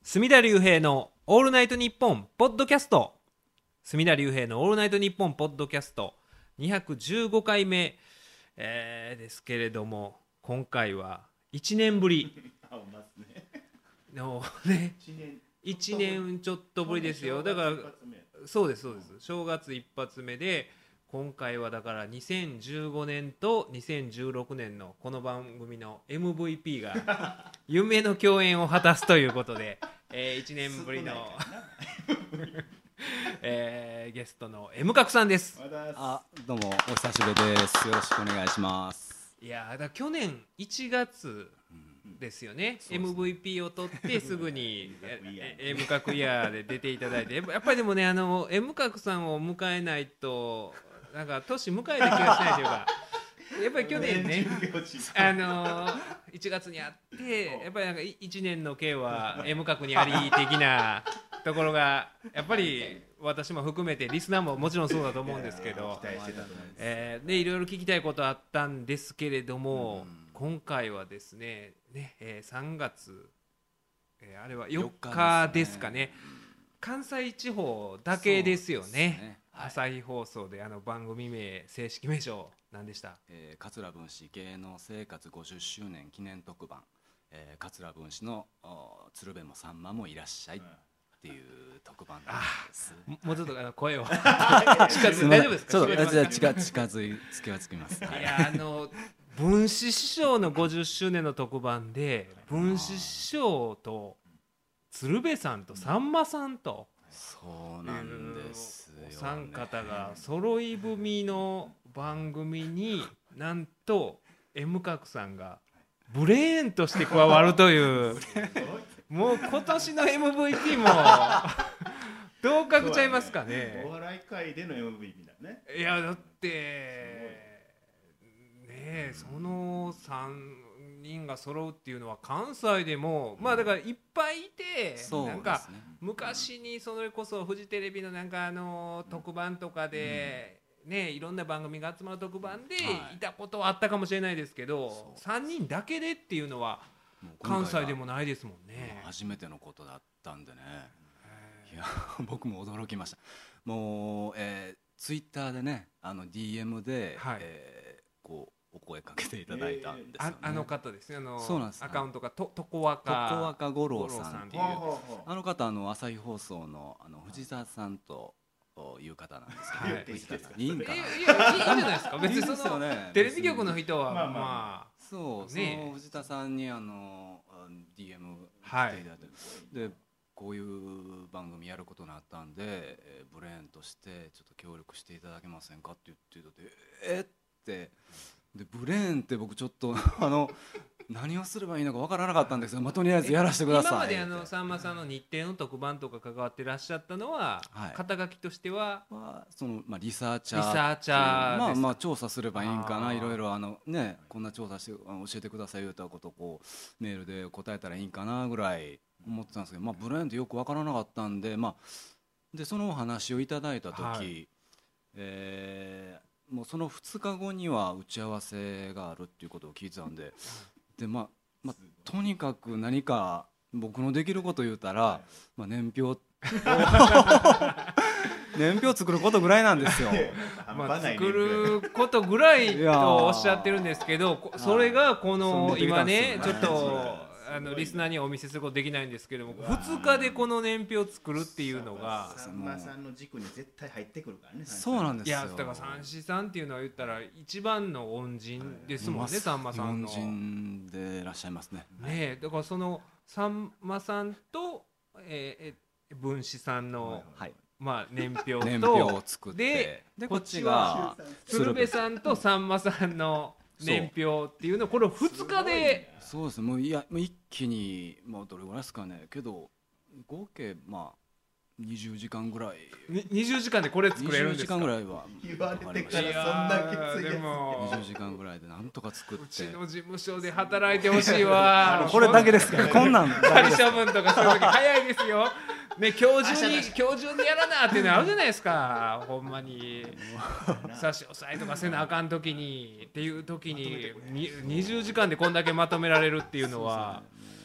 隅田隆平のオールナイトニッポンポッドキャスト。隅田隆平のオールナイトニッポンポッドキャスト215回目、ですけれども、今回は1年ぶりのね、1年ちょっとぶりですよ。だからそうです正月一発目で、今回はだから2015年と2016年のこの番組の MVP が夢の共演を果たすということで、1年ぶりのゲストの M 角さんです。 どうもお久しぶりです。よろしくお願いします。 いやだ去年1月ですよね、MVP を取ってすぐにM 角イヤーで出ていただいて、やっぱりでもね、M 角さんを迎えないとなんか年迎えた気がしないというか、やっぱり去年ね1月にあって、やっぱりなんか1年の計は M 角にあり的なところがやっぱり私も含めてリスナーももちろんそうだと思うんですけど、でいろいろ聞きたいことあったんですけれども、今回はですね、3月、あれは4日ですかね、関西地方だけですよね。朝日放送で番組名、正式名称何でした？ 桂文史芸能生活50周年記念特番、桂文史の鶴瓶もさんまもいらっしゃいっていう特番なんです。 もうちょっと声を近づいて大丈夫ですか？ ちょっと近づきます。 いや文史師匠の50周年の特番で、文史師匠と鶴瓶さんとさんまさんとそうなんですよね、 お三方が揃い踏みの番組に、なんと M 角さんがブレーンとして加わるというもう今年の MVP もどうかくちゃいますかね。 お笑い界での MVP だね。 いやだってね、その3人が揃うっていうのは関西でも、まあだからいっぱいいて、なんか昔にそれこそフジテレビのなんか特番とかでね、いろんな番組が集まる特番でいたことはあったかもしれないですけど、3人だけでっていうのは関西でもないですもんね。 初めてのことだったんでね、いや僕も驚きました。もう、ツイッターでね、DM で、こうお声かけていただいたんですよね。 あの方ですね、 そうなんです。 アカウントがとこわか五郎さんっていう、あの方朝日放送の藤沢さんという方なんですけど、藤沢さんいいんかな。いいじゃないですか。別にそのテレビ局の人はまあそうその藤田さんにDM 来ていただいて、でこういう番組やることになったんで、ブレーンとしてちょっと協力していただけませんかって言ってて、ってでブレーンって僕ちょっと何をすればいいのか分からなかったんですけど、とりあえずやらせてください。 今までさんまさんの日程の特番とか関わってらっしゃったのは、肩書きとしてはそのリサーチャーまあ調査すればいいんかな、いろいろね、こんな調査して教えてください言うたことをこうメールで答えたらいいんかなぐらい思ってたんですけど、ブレーンってよく分からなかったんで、でそのお話をいただいた時、もうその2日後には打ち合わせがあるっていうことを聞いてたんで、とにかく何か僕のできること言うたら、年表作ることぐらいなんですよ。 作ることぐらいとおっしゃってるんですけど、それがこの今ね、ちょっとリスナーにはお見せすることできないんですけども、2日でこの年表を作るっていうのがさんまさんの軸に絶対入ってくるからね。 そうなんですよ。 いやだから三枝さんっていうのは言ったら一番の恩人ですもんね、さんまさんの。 恩人でいらっしゃいますね。 だからそのさんまさんと文史さんの年表を作って、 でこっちが鶴瓶さんとさんまさんの年表っていうのをこれを2日で。 そうですね。もう一気にどれぐらいですかね。けど合計20時間ぐらい。 20時間でこれ作れるんですか？ 20時間ぐらいは言われてからそんなきついやつ。 20時間ぐらいでなんとか作って。 うちの事務所で働いてほしいわ。 これだけですか？こんなん仮処分とかするとき早いですよ。ね、今日中にやらなっていうのあるじゃないですか。ほんまに差し押さえとかせなあかん時にっていう時に20時間でこんだけまとめられるっていうのは。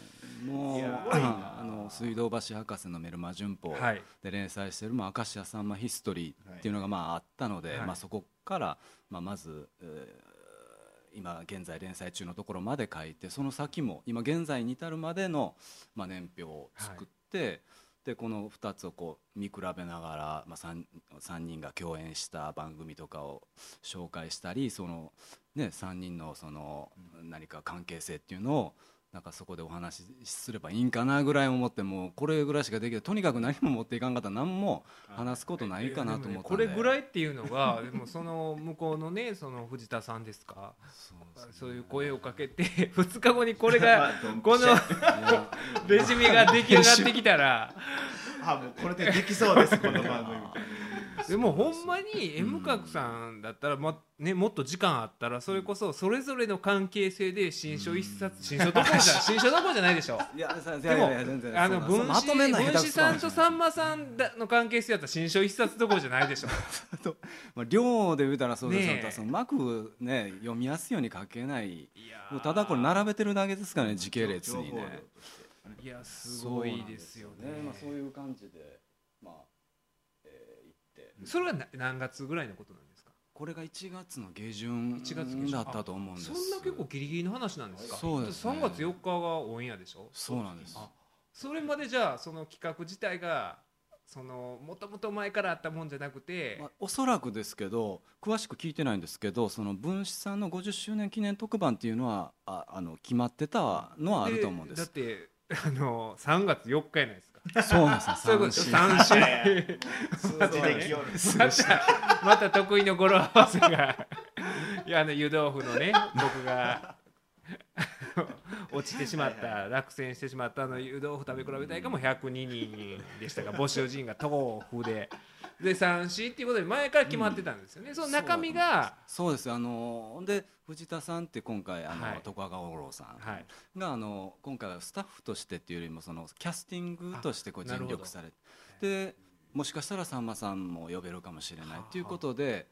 もう水道橋博士のメルマ旬報はいで連載している、明石家さんまヒストリーっていうのがあったので、 はいそこから、まず、今現在連載中のところまで書いて、その先も今現在に至るまでの、年表を作って、でこの2つをこう見比べながら、3人が共演した番組とかを紹介したり、その、3人のその何か関係性っていうのをなんかそこでお話しすればいいんかなぐらい思って、もうこれぐらいしかできない、とにかく何も持っていかんかったら何も話すことないかなと思って、 これぐらいっていうのがでもその向こうのね、その藤田さんですか、そういう声をかけて2日後にこれがこのレジュメが出来上がってきたらもうこれでできそうですこの番組。 でもほんまに M 角さんだったら、もっと時間あったらそれこそそれぞれの関係性で新書一冊、新書どころじゃないでしょ。でも文枝さんとさんまさんの関係性だったら新書一冊どころじゃないでしょ。 量で言うたらそうですよ、うまく読みやすいように書けない、もうただこれ並べてるだけですからね、時系列にね。 いやすごいですよね。 そういう感じでそれは何月ぐらいのことなんですか。 これが1月の下旬だったと思うんです。 そんな結構ギリギリの話なんですか。 そうですね。 3月4日がオンエアでしょ。 そうなんです。 それまでじゃあその企画自体がもともと前からあったもんじゃなくて、 おそらくですけど詳しく聞いてないんですけど、その文枝さんの50周年記念特番っていうのは決まってたのはあると思うんです。 だって3月4日やないですか。 そうなんですよ。 そういうこと3週また得意の語呂合わせが湯豆腐のね、僕が落ちてしまった落選してしまった湯豆腐食べ比べたいかも102人でしたが、募集人が豆腐で3子っていうことで前から決まってたんですよね。その中身がそうです。で藤田さんって今回徳川五郎さんが今回はスタッフとしてっていうよりもそのキャスティングとして尽力されて、でもしかしたらさんまさんも呼べるかもしれないっていうことで、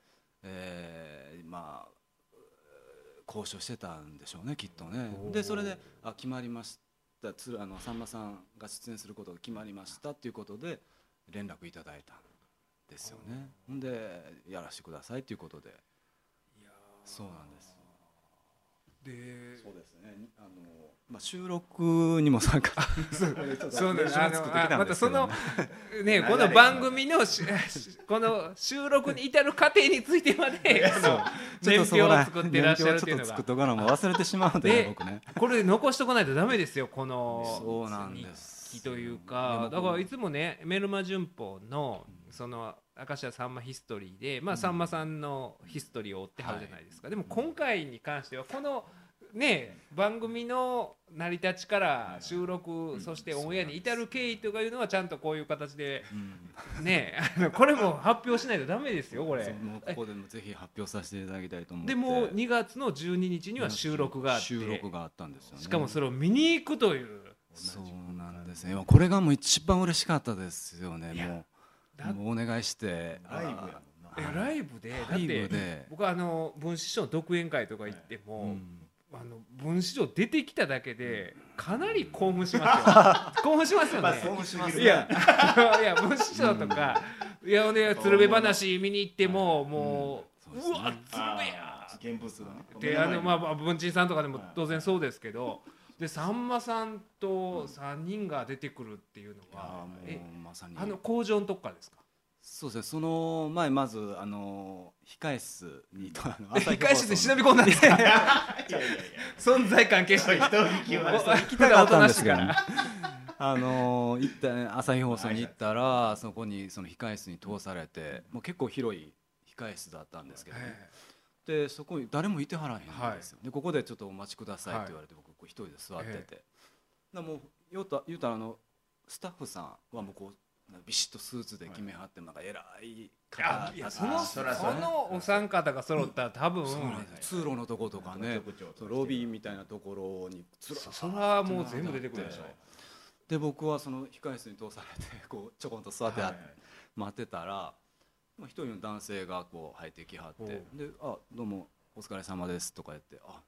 交渉してたんでしょうね、きっとね。でそれで決まりました、さんまさんが出演することが決まりましたっていうことで連絡いただいたんですよね。でやらせてくださいということで。そうなんです。そうですね。収録にも参加そうです。またそのね、この番組のこの収録に至る過程についてまで年表を作ってらっしゃるっていうのが、 作っとかなも忘れてしまうので、僕ね。 これ残しとかないとダメですよ、このそうなんです日記というか。だからいつもね、メルマ旬報のその明石家さんまヒストリーで、さんまさんのヒストリーを追ってはるじゃないですか。でも今回に関してはこのね、番組の成り立ちから収録、そしてオンエアに至る経緯とかいうのはちゃんとこういう形でね、これも発表しないとダメですよ、これ。 ここでもぜひ発表させていただきたいと思って。 でも2月の12日には収録があって、 収録があったんですよね。 しかもそれを見に行くという。 そうなんですね。これがもう一番嬉しかったですよね。もうお願いしてライブやもんな。 ライブで、だって僕は文枝師匠の独演会とか行っても、文枝師匠出てきただけでかなり興奮しますよ。興奮しますよね。 興奮しますね。 いや文枝師匠とか鶴瓶話見に行ってももううわ鶴瓶や現物がね。 で文珍さんとかでも当然そうですけど、でさんまさんと3人が出てくるっていうのはまさに工場のとこからですか。 そうですね。その前まず控室に控室に忍び込んだんですか。存在感消して行きたかったんですけど、行った朝日放送に行ったら、そこにその控室に通されて、もう結構広い控室だったんですけど、でそこに誰もいてはらへんんですよ。でここでちょっとお待ちくださいって言われて、僕一人で座ってて、もう言うたらスタッフさんはもうこうビシッとスーツで決めはって、なんか偉い方、 そのお三方が揃ったら多分通路のとことかね、ロビーみたいなところにそれはもう全部出てくるでしょ。 で僕はその控室に通されてこうちょこんと座って待ってたら、一人の男性がこう入ってきはって、でどうもお疲れ様ですとか言って、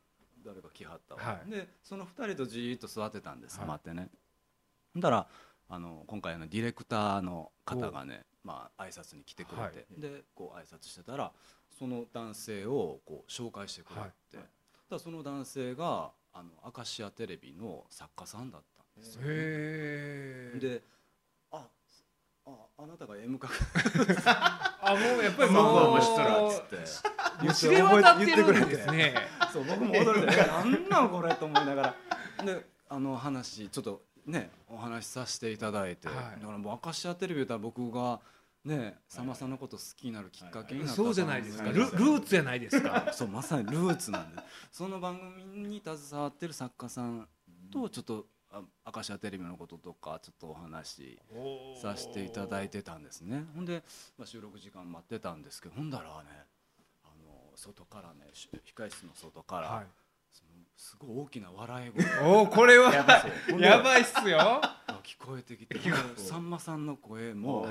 誰か来はったわ、 はい、 でその2人とじーっと座ってたんです、待ってね。だから今回のディレクターの方がね、まあ挨拶に来てくれて、はい、でこう挨拶してたらその男性をこう紹介してくれて、はい、だからその男性がアカシアテレビの作家さんだったんですよ、ね、へであなたが M かもうやっぱりもう知れ渡ってるんですね。 そう僕も驚いてなんなんこれと思いながらで話ちょっとねお話しさせていただいて、はい、だからもうアカシアテレビは僕がねさんまさんのこと好きになるきっかけになった、 そうじゃないですか、ルーツじゃないですか。 そうまさにルーツなんでその番組に携わってる作家さんとちょっとアカシアテレビのこととかちょっとお話しさせていただいてたんですね。ほんで、収録時間待ってたんですけど、ほんだらね外からね控室の外から、はい、すごい大きな笑い声これはやばいっすよ聞こえてきてさんまさんの声も、はい、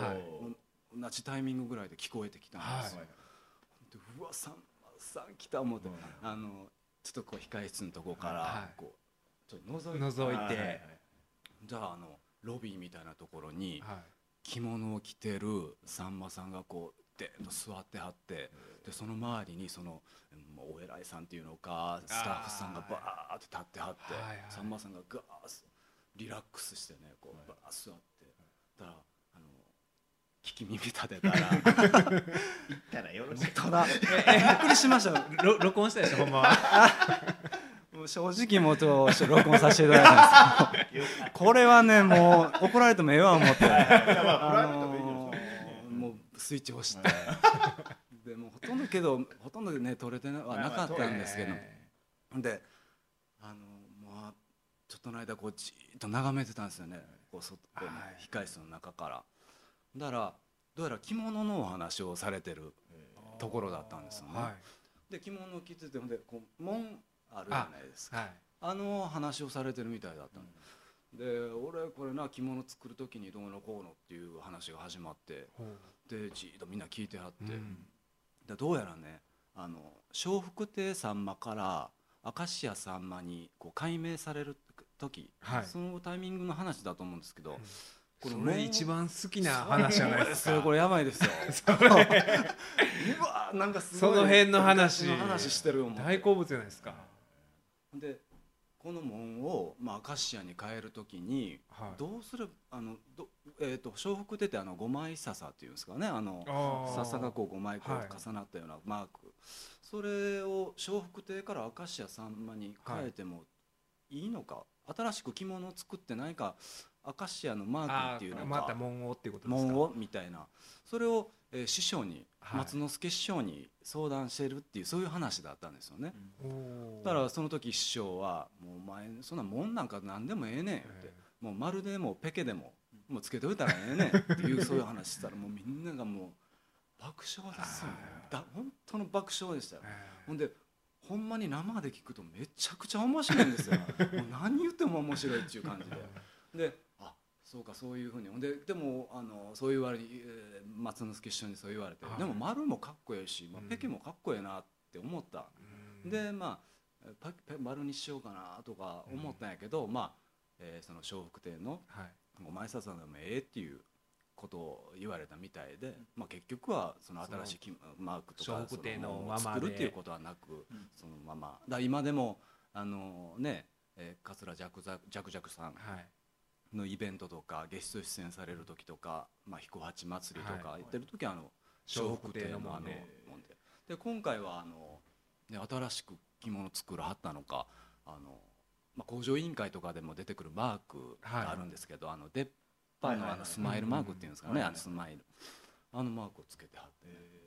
同じタイミングぐらいで聞こえてきたんですよ、はい、でうわさんまさん来た思って、ちょっとこう控室のとこからこう、はいちょっと覗いて、じゃあロビーみたいなところに着物を着てるさんまさんがこうでんと座ってはって、でその周りにそのお偉いさんっていうのかスタッフさんがバーって立ってはって、さんまさんがガーッリラックスしてねこうバーッ座ってだから聞き耳立てたら言ったらよろしいただびっくりしました録音したでしょほんまは正直もう録音させていただいたんですけどこれはねもう怒られてもええわ思ってもうスイッチ押してでもほとんどね撮れてはなかったんですけどでもうちょっとの間こうじーっと眺めてたんですよねこう控室の中からだからどうやら着物のお話をされてるところだったんですよね、で着物を着ててほんでこう門あるじゃないですか、はい、話をされてるみたいだったの、で俺これな着物作る時にどうのこうのっていう話が始まって、でじーっとみんな聞いてはって、でどうやらね笑福亭さんまから明石家さんまにこう改名される時、はい、そのタイミングの話だと思うんですけど、 これ一番好きな話じゃないですか。 これやばいですようわなんかすごいその辺の話してる大好物じゃないですか。 でこの門を明石家に変えるときに、はい、どうする笑福亭って5枚笹っていうんですかね笹がこう5枚こう重なったようなマーク、はい、それを笑福亭から明石家さんまに変えてもいいのか、新しく着物を作ってないか明石家のマークっていうのかまた紋をっていうことですか。 紋をみたいなそれを、師匠に、はい、松之助師匠に相談してるっていうそういう話だったんですよね、だからその時師匠はもうお前そんな紋なんか何でもええねんってもう丸でもペケでももうつけておいたらええねんっていうそういう話したらもうみんながもう爆笑ですよね本当の爆笑でしたよ。ほんでほんまに生で聞くとめちゃくちゃ面白いんですよもう何言っても面白いっていう感じでそうかそういうふうにでもそう言われ松之助師匠にそう言われて、はい、でも丸もかっこいいし、ペケもかっこいいなって思った、で丸にしようかなとか思ったんやけど、その笑福亭のお前さんでもええっていうことを言われたみたいで、結局はその新しいマークとか笑福亭のまま作るっていうことはなく、そのままだ今でも桂ジャクジャクさんのイベントとかゲスト出演される時とか彦八祭りとか行ってる時は笑福亭のもんで、今回は新しく着物作らはったのか工場委員会とかでも出てくるマークがあるんですけど、出っ歯のスマイルマークっていうんですかね、スマイルマークをつけてはって、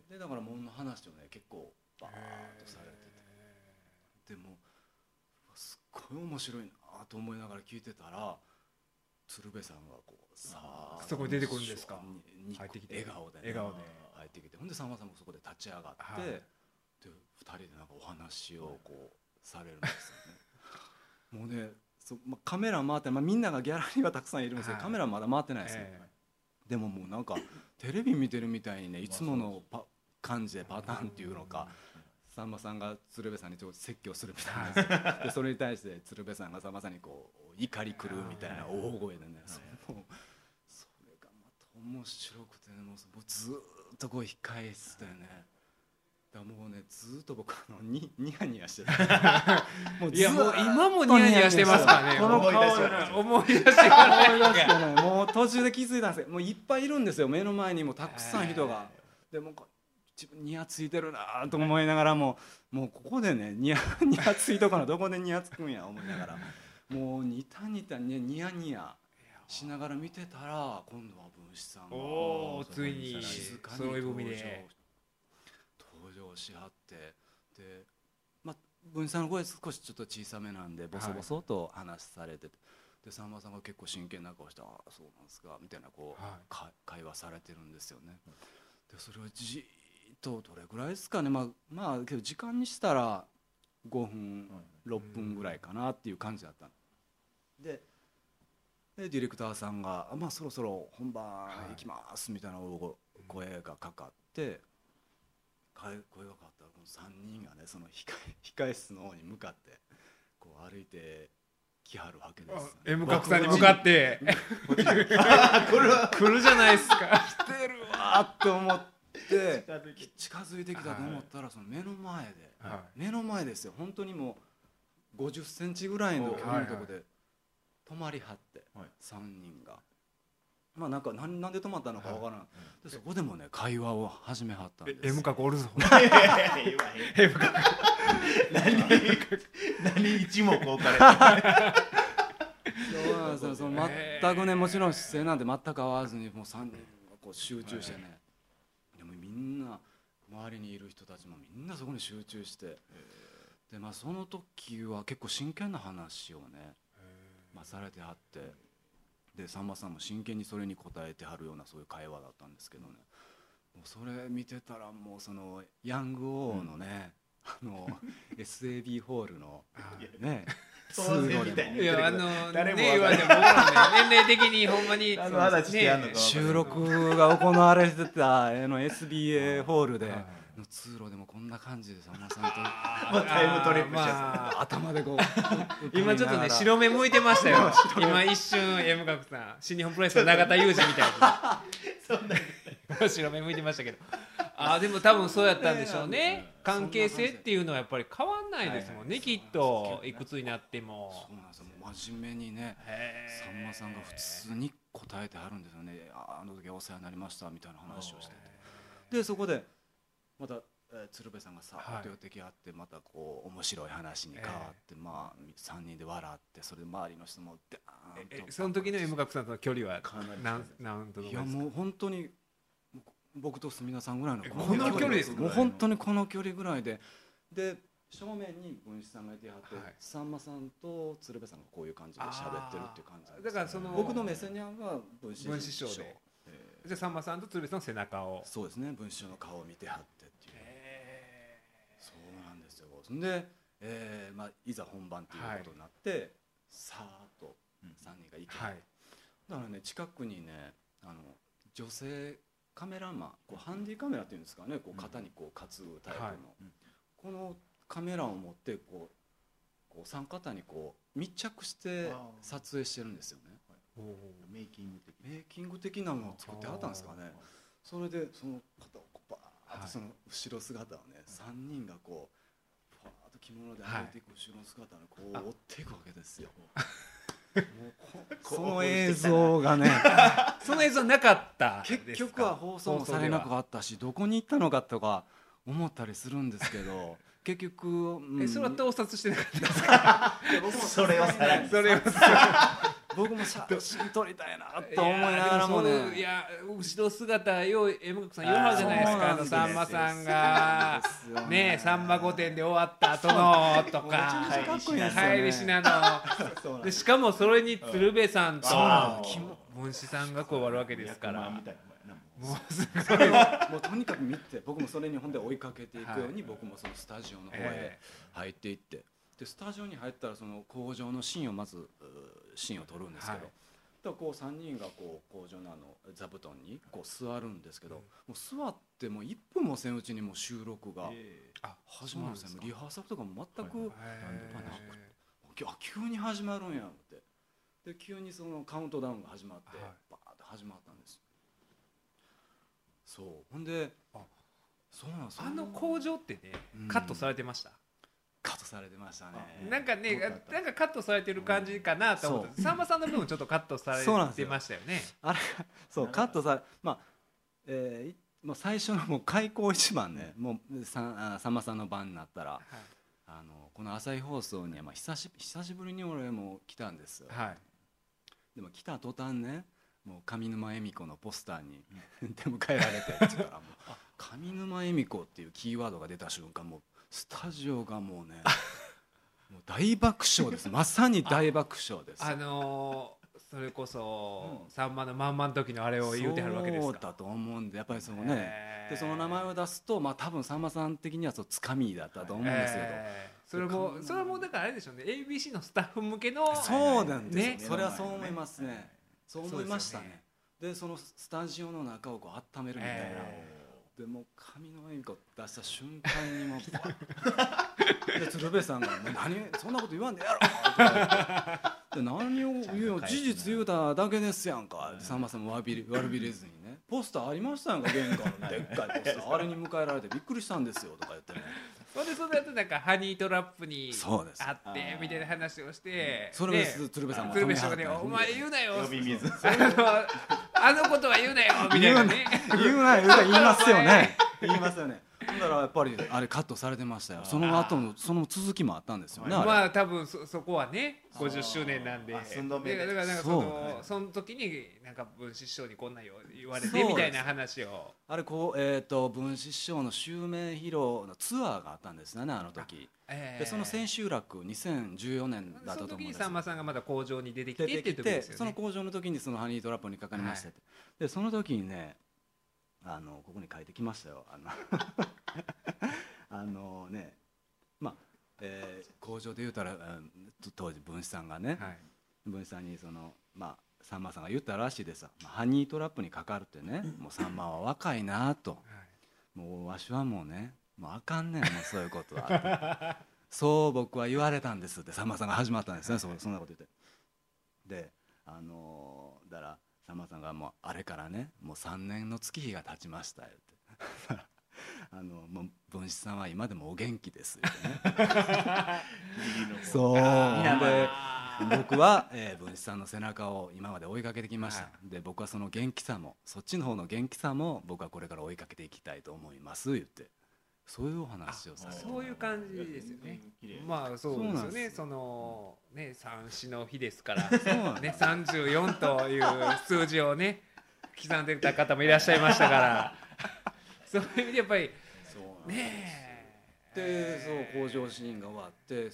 でだから門の話をね結構バーッとされてて、でもすっごい面白いなと思いながら聞いてたら鶴瓶さんがこうさあそこに出てくるんですか。 入ってきて笑顔で入ってきて、ほんでさんまさんもそこで立ち上がって、で2人でなんかお話をこうされるんですよねもうねカメラ回って、みんながギャラリーはたくさんいるんですけど、カメラまだ回ってないですね、でももうなんかテレビ見てるみたいにねいつもの感じでパターンっていうのかさんまさんが鶴瓶さんにちょっと説教するみたいなやつでそれに対して鶴瓶さんがさんまさんにこう怒り狂うみたいな大声でね、それがまた面白くてね、もうずーっとこう控え室でね、だからもうねずーっと僕ニヤニヤしてたもういやもう今もニヤニヤしてますかね。 この顔思い出してからね、もう途中で気づいたんですよ。もういっぱいいるんですよ、目の前にもたくさん人が。でも自分ニヤついてるなと思いながらもうここでねニヤついとかな、どこでニヤつくんや思いながらもうニタニタねニヤニヤしながら見てたら、今度は文枝さんがついに静かに揃い踏みで登場しはって、で文枝さんの声少しちょっと小さめなんでボソボソと話されてて、でさんまさんが結構真剣な顔して「ああそうなんですか」みたいなこう、会話されてるんですよね。でそれをじーっとどれぐらいですかね、まあけど時間にしたら5分6分ぐらいかなっていう感じだったでディレクターさんが「そろそろ本番行きます」みたいな声がかかって、声がかかったらこの3人がねその控室の方に向かってこう歩いて来はるわけです、ね。 M 角さんに向かって来るじゃないですか。 来てるわと思って近づいてきたと思ったら、その目の前で、目の前ですよ、本当にもう50センチぐらいの距離のとこで止まりはって、3人がなんかなんで止まったのかわからない、でそこでもね会話を始めはったんです。 M 角おるぞ。 M 角何一目置かれてそうなんですよ、その全くねもちろん姿勢なんて全く合わずにもう3人がこう集中してね、でもみんな周りにいる人たちもみんなそこに集中して、でその時は結構真剣な話をねされてはって、でさんまさんも真剣にそれに答えてはるようなそういう会話だったんですけどね、もうそれ見てたらもうそのヤングオーのね、SAB ホールのね当然みたいにいや誰も言わんでも僕らね年齢的にほんまに収録が行われてたSBA ホールでの通路でもこんな感じでさんまさんとタイムトリップしちゃった頭でこう今ちょっとね白目向いてましたよ。今一瞬 M 角さん新日本プロレスの永田裕二みたいな白目向いてましたけど、でも多分そうやったんでしょうね。関係性っていうのはやっぱり変わんないですもんね、きっといくつになっても。 そうなんですよ、真面目にねさんまさんが普通に答えてはるんですよね。あの時はお世話になりましたみたいな話をしてて、でそこでまた鶴瓶さんがさっと寄ってきはって、またこう面白い話に変わって、3人で笑って、それで周りの人もダーンと。 その時の M 角さんとの距離は何とどうですか？ いやもう本当に僕と住田さんぐらいのこの距離ですか？ もう本当にこの距離ぐらいで正面に文枝さんがいてはって、さんまさんと鶴瓶さんがこういう感じで喋ってるっていう感じです。 だから僕の目線には文枝師匠で、じゃあさんまさんと鶴瓶さんの背中を。 そうですね、文枝師匠の顔を見てはってっていう、そうなんですよ。で、いざ本番っていうことになって、さーっと3人が行く、だからね近くにね女性カメラマン、ハンディカメラっていうんですかね、こう肩にこう担ぐタイプの、このカメラを持ってこう3肩にこう密着して撮影してるんですよね。 メイキング的なのを作ってはったんですかね。それでその肩をこうバーッとその後ろ姿をね3人がこうファーッと着物で歩いていく後ろの姿をこう追っていくわけですよ。その映像がねその映像なかった結局は放送もされなかったし、どこに行ったのかとか思ったりするんですけど、結局それは盗撮してなかったですか？ それをさらに僕も写真撮りたいなと思いながらもね、 いや後ろ姿よう M 角さん言うはずじゃないですか。さんまさんがねさんま御殿で終わった後のとか帰りしなので、しかもそれに鶴瓶さんと文枝さんが加わるわけですから、もうすごいもうとにかく見て、僕もそれにほんで追いかけていくように、僕もそのスタジオの方へ入っていって、でスタジオに入ったらその工場のシーンをまずシーンを撮るんですけど、だからこう3人がこう工場の座布団にこう座るんですけど、もう座ってもう1分もせんうちにもう収録が始まるんですよ。リハーサルとかも全く急に始まるんやってで急にそのカウントダウンが始まってバーッと始まったんです。そうほんでそうなんです。 工場ってねカットされてました。 カットされてましたね。 なんかカットされてる感じかなと思って、さんまさんの分もちょっとカットされてましたよね。 あれそうカットされもう最初のもう開口一番ね、もうさんまさんの番になったら、この朝日放送には久しぶりに俺も来たんですよ。でも来た途端ね、もう上沼恵美子のポスターに出迎えられてって言ったらもう上沼恵美子っていうキーワードが出た瞬間もうスタジオがもうねもう大爆笑です。まさに大爆笑です。 それこそ、さんまのまんまの時のあれを言うてはるわけですか。 そうだと思うんでやっぱりそのねでその名前を出すと多分さんまさん的にはつかみだったと思うんですけど、 それもだからあれでしょうね ABC のスタッフ向けのそうなんですね。それはそう思いますね。そう思いましたね。でそのスタジオの中をこう温めるみたいな、でもう上沼恵美子出した瞬間にもうで鶴瓶さんが「何そんなこと言わんでやろ!」って何を言うの事実言うただけですやんかってさんまさんも悪びれずにね「ポスターありましたやんか玄関のでっかいポスターあれに迎えられてびっくりしたんですよ」とか言ってね。 それでその後なんかハニートラップにあってみたいな話をしてそれで鶴瓶さんも鶴瓶さんがね「お前言うなよあのことは言うなよ」みたいなね言いますよね。言いますよね。だからやっぱりあれカットされてましたよ。その後のその続きもあったんですよね。 まあ多分そこはね50周年なんで、だからなんかその時になんか文枝師匠にこんな言われてみたいな話をあれ文枝師匠の襲名披露のツアーがあったんですよねあの時。でその千秋楽2014年だったと思うんです。 その時にさんまさんがまだ工場に出てきてっていう時ですよね。 その工場の時にそのハニートラップにかかりましたって。でその時にねここに書いてきましたよ。工場で言うたら当時文枝さんがね、文枝さんにさんまさんが言ったらしいです。ハニートラップにかかるってね、もうさんまは若いなと、もうわしはもうねもうあかんねんもうそういうことはそう僕は言われたんですってさんまさんが始まったんですね。そんなこと言ってでだからさんまさんがもうあれからねもう3年の月日が経ちましたよってもう文枝さんは今でもお元気ですよねそうで僕は、文枝さんの背中を今まで追いかけてきました。で僕はその元気さもそっちの方の元気さも僕はこれから追いかけていきたいと思います言ってそういうお話をされてそういう感じですよね。まあそうですよね。そのね三子の日ですからね34という数字をね刻んでた方もいらっしゃいましたからそういう意味でやっぱりねでそう工場シーンが終わって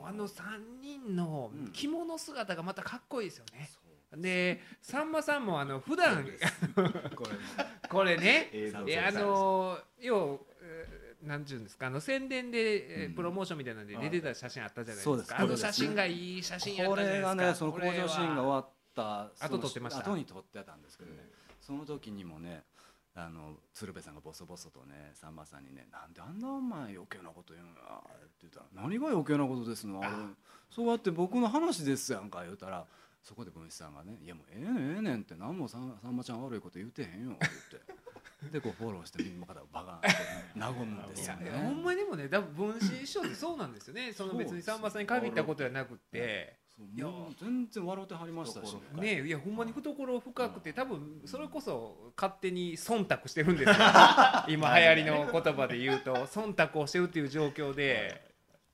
3人の着物姿がまたかっこいいですよね。でさんまさんも普段これね要なんていうんですか宣伝でプロモーションみたいなので出てた写真あったじゃないですか。写真がいい写真やったじゃないですか。 これがねその工場シーンが終わった後撮ってました。 後に撮ってたんですけどね、その時にもね鶴瓶さんがボソボソとねさんまさんにね「なんであんなお前余計なこと言うんや」って言ったら「何が余計なことですのそうやって僕の話ですやんか」言うたらそこで文枝さんがね「いやもうええねんって何もさんまちゃん悪いこと言うてへんよ」って言ってでこうフォローして耳の方をバカンって和むんですよね。 ほんまにでもね多分文枝師匠ってそうなんですよね。その別にさんまさんに限ったことじゃなくて全然笑ってはりましたしね。いやほんまに懐深くて多分それこそ勝手に忖度してるんですよ今流行りの言葉で言うと忖度をしてるっていう状況で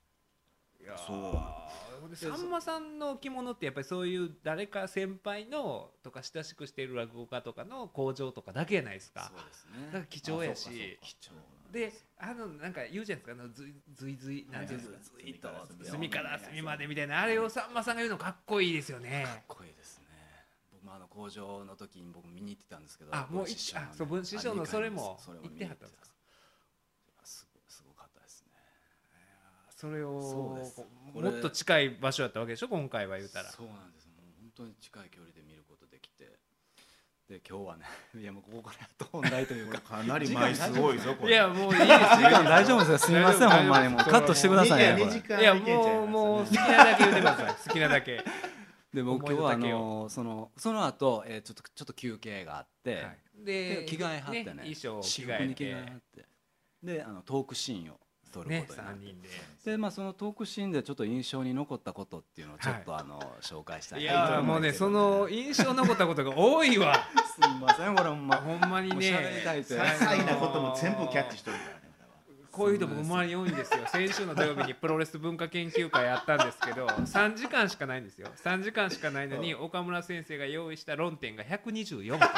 さんまさんの着物ってやっぱりそういう誰か先輩のとか親しくしている落語家とかの工場とかだけじゃないですか。 そうですね。 だから貴重やしでなんか言うじゃないですかずいずいなんていうんですか隅から隅までみたいなあれをさんまさんが言うのかっこいいですよね。 かっこいいですね。僕も工場の時に僕見に行ってたんですけどもうそう文枝師匠のそれも行ってはったんですか。 すごかったですね。 それをもっと近い場所だったわけでしょ今回は言うたら。 そうなんです。もう本当に近い距離で見ることできてで今日はねいやもうここからやっと本題というかかなり枚数多いぞこれ。 いやもういいですよ時間大丈夫ですよすみませんほんまにもうカットしてくださいねこ 2時れ間いやいけんちゃいますもう好きなだけ言ってください好きなだけで僕今日は思いの丈その後、ちょっと休憩があって、 はいで着替えはってね衣装を着私替え服に着替えはてってでトークシーンを撮るねことになって、 3人ででまあそのトークシーンでちょっと印象に残ったことっていうのをちょっと紹介したいいなと思やもうねんですけどその印象残ったことが多いわすみませんこれほんまほんまにもう喋ねりたいって些細なことも全部キャッチしとるからね。 こういう人も周りに多いんですよ先週の土曜日にプロレス文化研究会やったんですけど3時間しかないんですよ3時間しかないのに岡村先生が用意した論点が124個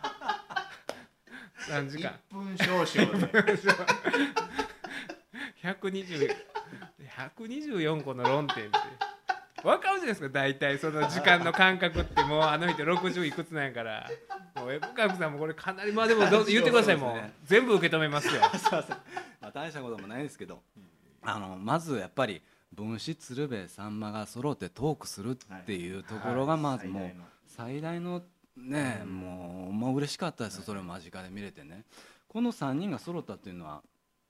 3時間 1分少々で 124個の論点って分かるじゃないですか大体その時間の感覚ってもうあの人60いくつなんやからもう深くさんもこれかなりまあでもどう言ってくださいもうそうですね全部受け止めますよまあ大したこともないですけどまずやっぱり分子鶴瓶さんまが揃ってトークするっていうところがまずもう最大のねもう嬉しかったですそれを間近で見れてねこの3人が揃ったっていうのは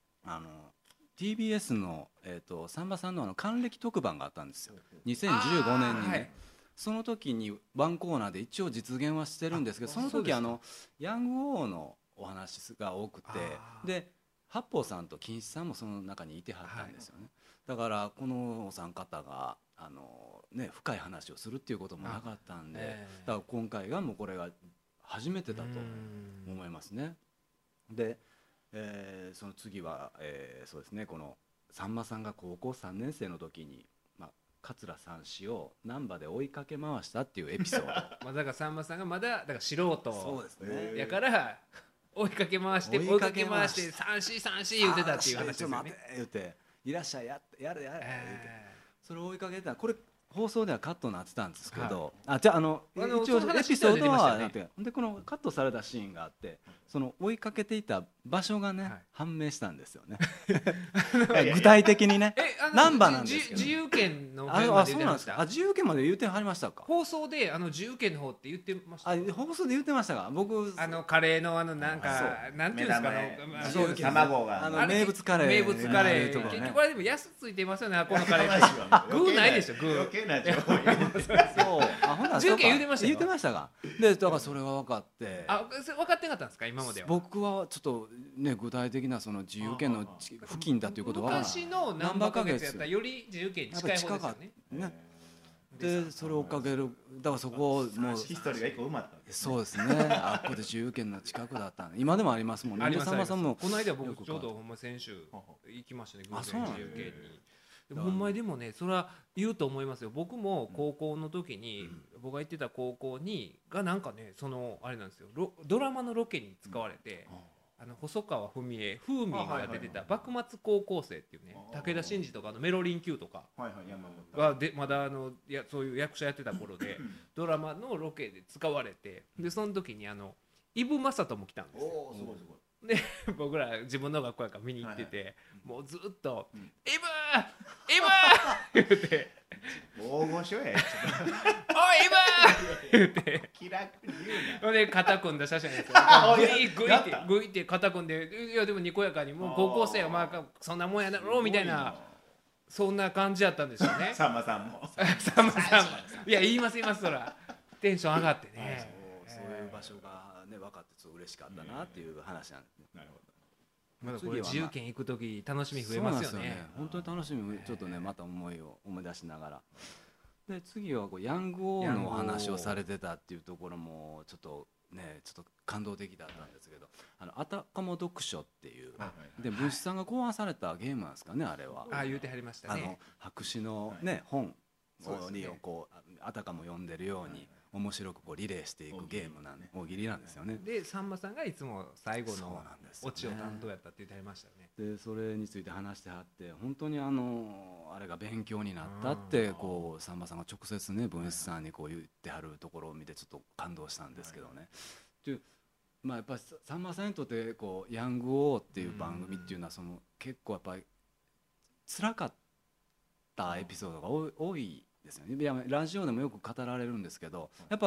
TBS のさんまさんの還暦特番があったんですよ2015年にはいねその時にワンコーナーで一応実現はしてるんですけどその時ヤング王のお話が多くてで八方さんと金七さんもその中にいてはったんですよね、だからこのお三方が深い話をするっていうこともなかったんで、だから今回がもうこれが初めてだと思いますね。で、その次は、そうですねこのさんまさんが高校3年生の時に、桂三枝を難波で追いかけ回したっていうエピソードまあだからさんまさんがまだだから素人そうですねやから追いかけ回して追いかけ回して三枝言ってたっていう話ですよちょっと待ねって言っていらっしゃいやれ言ってそれを追いかけてたこれ放送ではカットになってたんですけど、じゃあ一応エピソードはなってでこのカットされたシーンがあってその追いかけていた場所がね判明したんですよね具体的にね難波なんですけど自由権の面まで言ってました自由権まで言ってはりましたか放送で自由権の方って言ってました放送で言ってましたか僕カレーのなんかなんていうんですかそう卵が名物カレー結局あれでも安ついてますよねこのカレー具ないでしょ具余計な情報そうほな自由権言ってましたよ言ってましたかでだからそれが分かってそれ分かってなかったんですか今までは僕はちょっとね具体的なその自由権の付近だということは昔の難波花月やったらより自由権に近い方ですよねでそれを追っかけるだからそこをもうヒストリーが一個埋まったんですそうですねあっこで自由権の近くだったんで今でもありますもんねありますさんもこの間僕ちょうどほんま先週行きましたね偶然自由権にほんまにでもねそれは言うと思いますよ僕も高校の時に僕が行ってた高校にがなんかねそのあれなんですよドラマのロケに使われて細川文江風味が出てた幕末高校生っていうね武田真治とかメロリン Q とかがでまだそういう役者やってた頃でドラマのロケで使われてでその時に伊武雅人も来たんですよで僕ら自分の学校やから見に行っててもうずっと「イブ!」言うて大御所や 「おいイブ!」言うて気楽に言うなで肩組んだ写真なんですよグイって肩組んでいやでもにこやかにもう高校生はまあそんなもんやだろうみたいなそんな感じやったんですよねさんまさんもさんまさんもいや言いますそらテンション上がってねそういう場所がね分かってちょっと嬉しかったなっていう話なんですねなるほどまだこれ自由権行く時楽しみ増えますよね本当に楽しみちょっとねまた思い出しながらで次はヤング王のお話をされてたっていうところもちょっと感動的だったんですけどあたかも読書っていうで文枝さんが考案されたゲームなんですかねあれは言うてはりましたね白紙のね本にこうあたかも読んでるように面白くリレーしていくゲームなんで大喜利なんですよねでさんまさんがいつも最後のオチを担当やったって言ってはりましたよねでそれについて話してはって本当にあれが勉強になったってさんまさんが直接ね文枝さんに言ってはるところを見てちょっと感動したんですけどねやっぱりさんまさんにとってヤング王っていう番組っていうのは結構やっぱり辛かったエピソードが多いですよね。いやラジオでもよく語られるんですけどやっぱり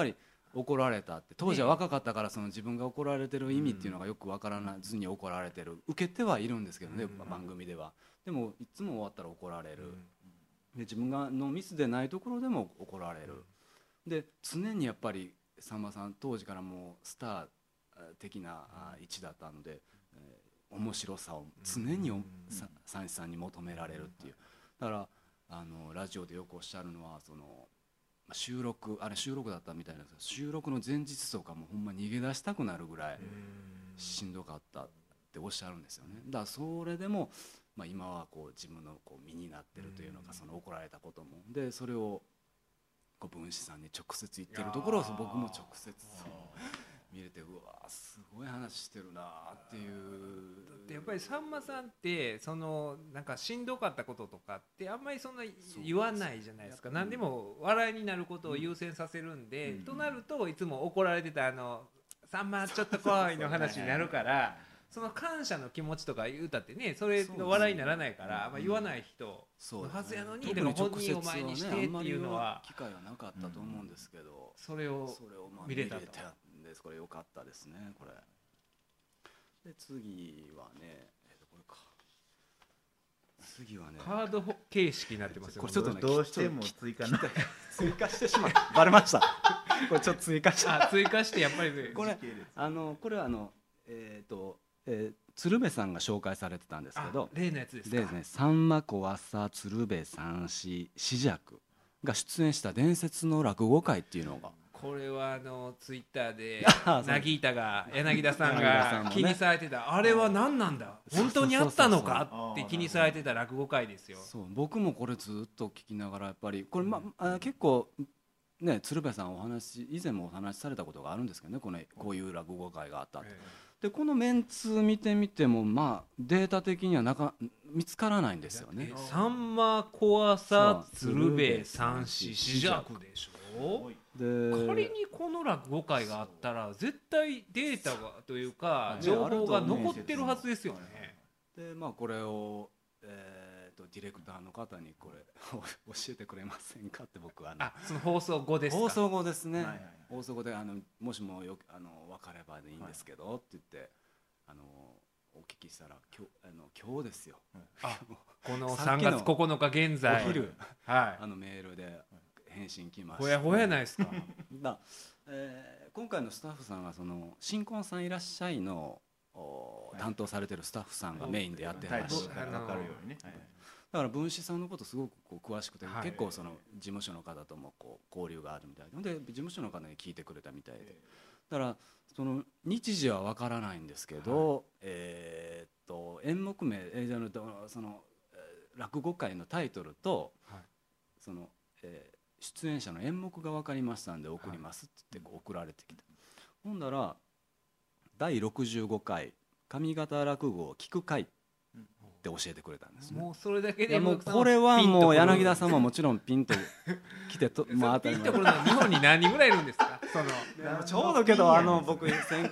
怒られたって当時は若かったからその自分が怒られてる意味っていうのがよく分からずに怒られてる受けてはいるんですけどね、番組では。でもいつも終わったら怒られる、で自分のミスでないところでも怒られる、で常にやっぱりさんまさん当時からもうスター的な位置だったので、面白さを常に三枝さんに求められるっていう。だからラジオでよくおっしゃるのはその収録だったみたいなんですけど、収録の前日とかもほんま逃げ出したくなるぐらいしんどかったっておっしゃるんですよね。だからそれでも、今はこう自分のこう身になってるというのがその怒られたこともで、それをこう文枝さんに直接言ってるところを僕も直接見れて、うわすごい話してるなっていう。 でやっぱりさんまさんってそのなんかしんどかったこととかってあんまりそんな言わないじゃないですか。何でも笑いになることを優先させるんで、となるといつも怒られてたさんまちょっと来いの話になるから、その感謝の気持ちとか言うたってね、それが笑いにならないから、言わない人のはずやのに、でも本人を前にしてっていうのは機会はなかったと思うんですけど、 それを見れたと。 これ良かったですね。これで次はね、これか。次はねカード形式になってますよ。 これちょっとどうしても追加してしまう。バレました。これちょっと追加してやっぱりこれは鶴瓶さんが紹介されてたんですけど、 例のやつですか。 でね、さんま小朝鶴瓶三枝枝雀が出演した伝説の落語会っていうのが、 これはツイッターで柳田さんが気にされてた、あれは何なんだ、本当にあったのかって気にされてた落語会ですよ。 そう、僕もこれずっと聞きながらやっぱりこれ、結構ね、鶴瓶さん以前もお話しされたことがあるんですけどね、こういう落語会があったと。でこのメンツ見てみてもデータ的には見つからないんですよね。 さんま小朝鶴瓶三枝枝雀でしょ。で仮にこの落語会があったら絶対データがというか情報が残ってるはずですよね。 でこれをディレクターの方にこれ教えてくれませんかって僕はその放送後ですか。 放送後ですね。放送後でもしも分かればでいいんですけどって言ってお聞きしたら今日ですよ。 この3月9日現在お昼メールで返信来ました。 ほやほやないですか。 今回のスタッフさんは新婚さんいらっしゃいの担当されてるスタッフさんがメインでやってました。だから文枝さんのことすごく詳しくて、結構その事務所の方とも交流があるみたいで、事務所の方に聞いてくれたみたいで、だからその日時は分からないんですけど、演目名その落語会のタイトルとその出演者の演目が分かりましたんで送りますって言って送られてきた。ほんだら第65回上方落語を聞く会って教えてくれたんですね。 もうそれだけでもうこれはもう柳田さんももちろんピンと来てとピンとくるのは日本に何人ぐらいいるんですか。 ちょうどけど僕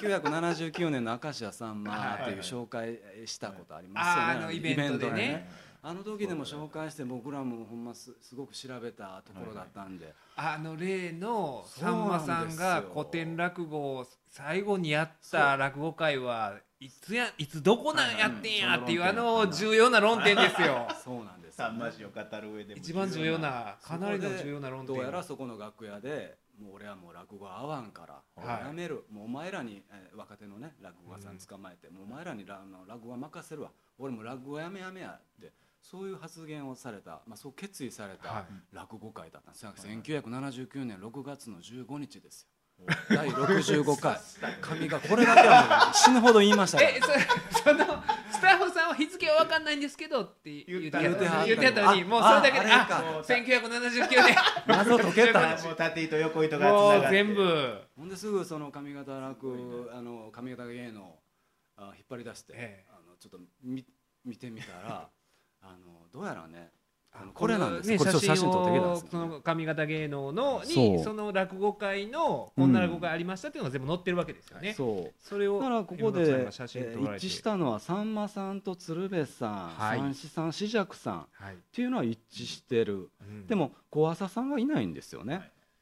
1979年の明石家さんまっていう紹介したことありますよね。 イベントでね。 時でも紹介して僕らもほんますごく調べたところだったんで、 例のさんまさんが古典落語を最後にやった落語会はいつどこなんやってんやっていう重要な論点ですよ。 そうなんです。 さんま氏を語る上でも一番重要なかなりの重要な論点。 どうやらそこの楽屋でもう俺はもう落語合わんからやめる、もうお前らに若手のね落語家さん捕まえて、もうお前らに落語は任せるわ、俺も落語やめやってそういう発言をされた、そう決意された落語会だったんですよ。1979年6月の15日ですよ。第65回神がこれだけはもう死ぬほど言いましたから、 そのスタッフさんは日付は分かんないんですけどって言ってたのに、もうそれだけで1979年謎解けた。 もう縦糸横糸がつなもうがって全部ほんですぐその上方芸能引っ張り出してちょっと見てみたらどうやらねこれなんです。 ね、 これ写真撮ってきたんをですよね。 その上方芸能にその落語会のこんな落語会ありましたっていうのが全部載ってるわけですよね。それをだからここで一致したのはさんまさんと鶴瓶さん、三枝さん、枝雀さんっていうのは一致してる。でも小朝さんがいないんですよね。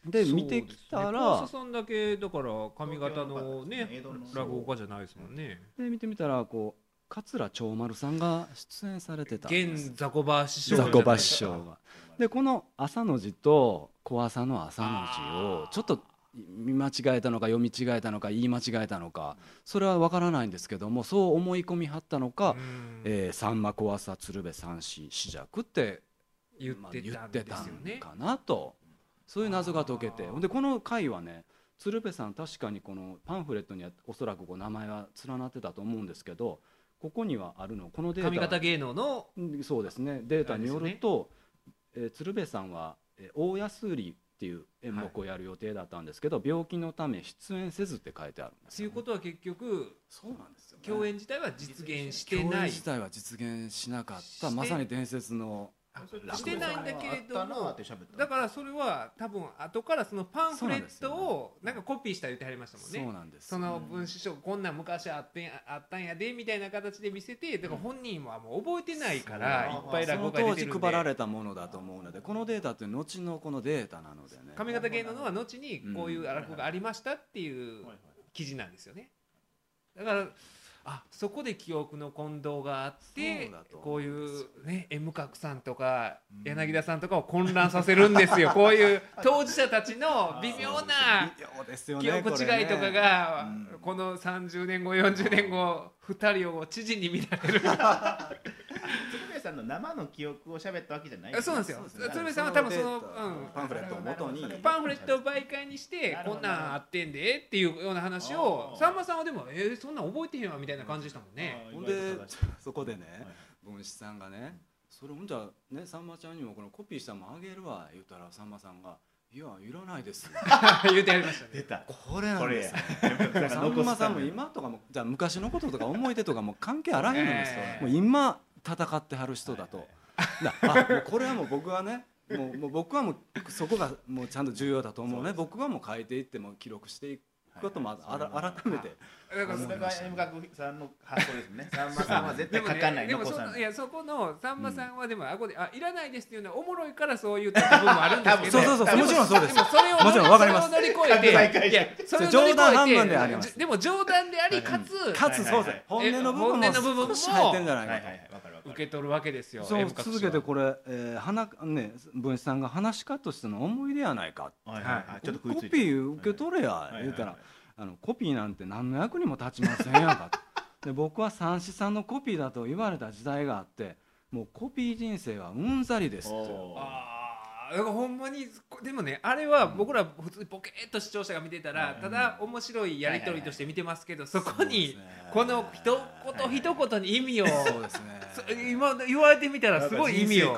で見てきたら、 小佐さんだけだから上方のね落語家じゃないですもんね。 で見てみたらこう桂長丸さんが出演されてたんです。 現ザコバ師匠ザコバ師匠が。でこの朝の字と小朝の朝の字をちょっと見間違えたのか読み違えたのか言い間違えたのかそれは分からないんですけども、そう思い込みはったのか、さんま小朝鶴瓶三子四尺って言ってたんですよね。 かなと、そういう謎が解けて、でこの回はね鶴瓶さん確かにこのパンフレットにはおそらくこう名前は連なってたと思うんですけど、ここにはあるのこのデータ上方芸能のそうですねデータによると、鶴瓶さんは大安売りっていう演目をやる予定だったんですけど、病気のため出演せずって書いてあるんですということは結局そうなんですよ、ね、 共演自体は実現してない、 共演自体は実現しなかったまさに伝説のしてないんだけれども、だからそれは多分後からそのパンフレットをなんかコピーした言ってはりましたもんね。 そうなんです。 その文枝師匠こんなん昔あったんやでみたいな形で見せて、だから本人はもう覚えてないからいっぱい落語が出てるんで、 その当時配られたものだと思うので、このデータって後のこのデータなのでね、 上方芸能のは後にこういう落語がありましたっていう記事なんですよね。だからそこで記憶の混同があってこういうね M 角さんとか柳田さんとかを混乱させるんですよ。こういう当事者たちの微妙な記憶違いとかがこの30年後40年後2人を知事に見られる鶴瓶さんの生の記憶を喋ったわけじゃない。 そうなんですよ。鶴瓶さんは多分そのパンフレットを元にパンフレットを媒介にしてこんなんあってんでっていうような話をさんまさんはでもそんなん覚えてへんわみたいな感じでしたもんね。 ほんでそこでね文枝さんがねそれほんじゃねさんまちゃんにもこのコピーしたもんあげるわ言ったらさんまさんがいやいらないです言うてやりましたね。 出たこれなんですよ。さんまさんも今とかもじゃあ昔のこととか思い出とかも関係あらへんのですよ。もう今戦ってはる人だと、もうこれはもう僕はねもう僕はもうそこがもうちゃんと重要だと思うね。僕はもう書いていっても記録していくことも改めてだからそれが M 角さんの発想ですね。さんまさんは絶対書かない、 でも残さない。 いやそこのさんまさんはでもこでいらないですっていうのはおもろいからそういう部分もあるんですけど、 そうもちろんそうです。 でもそれをもちろんわかります。 乗り越えて、いやそれを乗り越えて冗談半分であります。 でも冗談でありかつそうです。本音の部分も少し入ってんじゃないかと受け取るわけですよ。 そう続けてこれ文枝さんが話し家としての思い出やないか。 ちょっとコピー受け取れや言うたら。コピーなんて何の役にも立ちませんやんかで僕は三枝さんのコピーだと言われた時代があってもうコピー人生はうんざりですって。 だからほんまにでもねあれは僕ら普通にボケーっと視聴者が見てたらただ面白いやり取りとして見てますけど、そこにこの一言一言に意味を今言われてみたらすごい意味を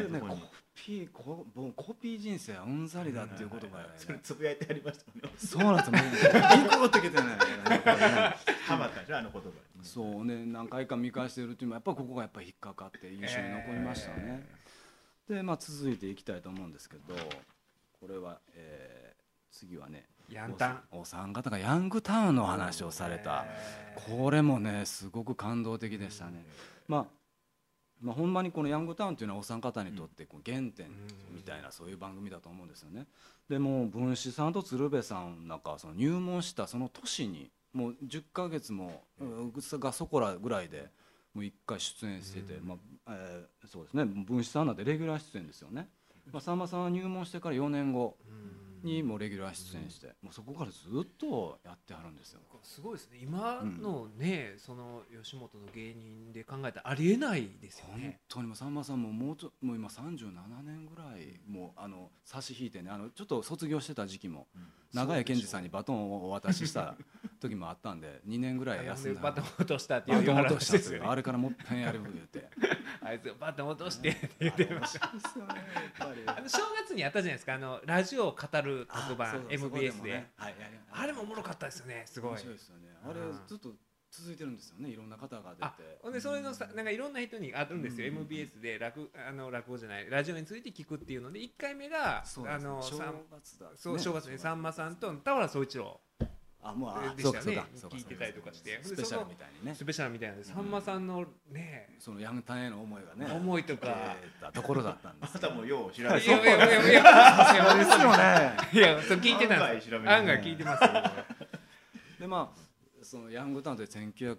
コピー人生はうんざりだっていう言葉やね。 それつぶやいてありましたね。 そうなんですよ。いい子ってきてね。 ハマったでしょあの言葉。 そうね何回か見返してるっていうのはやっぱここがやっぱ引っかかって印象に残りましたね。で続いていきたいと思うんですけどこれは次はねヤンタンお三方がヤングタウンの話をされたこれもねすごく感動的でしたね。ほんまにこのヤングタウンというのはお三方にとってこう原点みたいなそういう番組だと思うんですよね。でも文枝さんと鶴瓶さんなんかその入門したその年にもう10ヶ月もがそこらぐらいでもう1回出演してて、そうですね文枝さんなんてレギュラー出演ですよね。さんまさんは入門してから4年後にもうレギュラー出演してもうそこからずっとやってはるんですよ。 すごいですね今のね、その吉本の芸人で考えたらありえないですよね。 本当にもうさんまさんももう今37年ぐらいもう差し引いてねちょっと卒業してた時期も長屋健二さんにバトンをお渡しした時もあったんで2年ぐらい休んだ。 バトン落としたっていう話ですよね。 あれからもっぺんやる言うてあいつバトン落としてって言ってました。正月にやったじゃないですかラジオを語る特番 MBS で、あれもおもろかったですよね。すごい。 面白いですよね。あれずっと続いてるんですよね。いろんな方が出て。 でそれのなんかいろんな人にあるんですよ。MBS で落語じゃないラジオについて聞くっていうので1回目が正月にさんまさんと田原総一郎もうでしたよね、聞いてたりとかして、 スペシャルみたいにね、 スペシャルみたいなさんまさんのね、 そのヤングタンへの思いがね、 思いとかところだったんです。 あなたもよう調べていやですよね。いや、そう聞いてたんです。案外聞いてますよ。 でまあそのヤングタウンって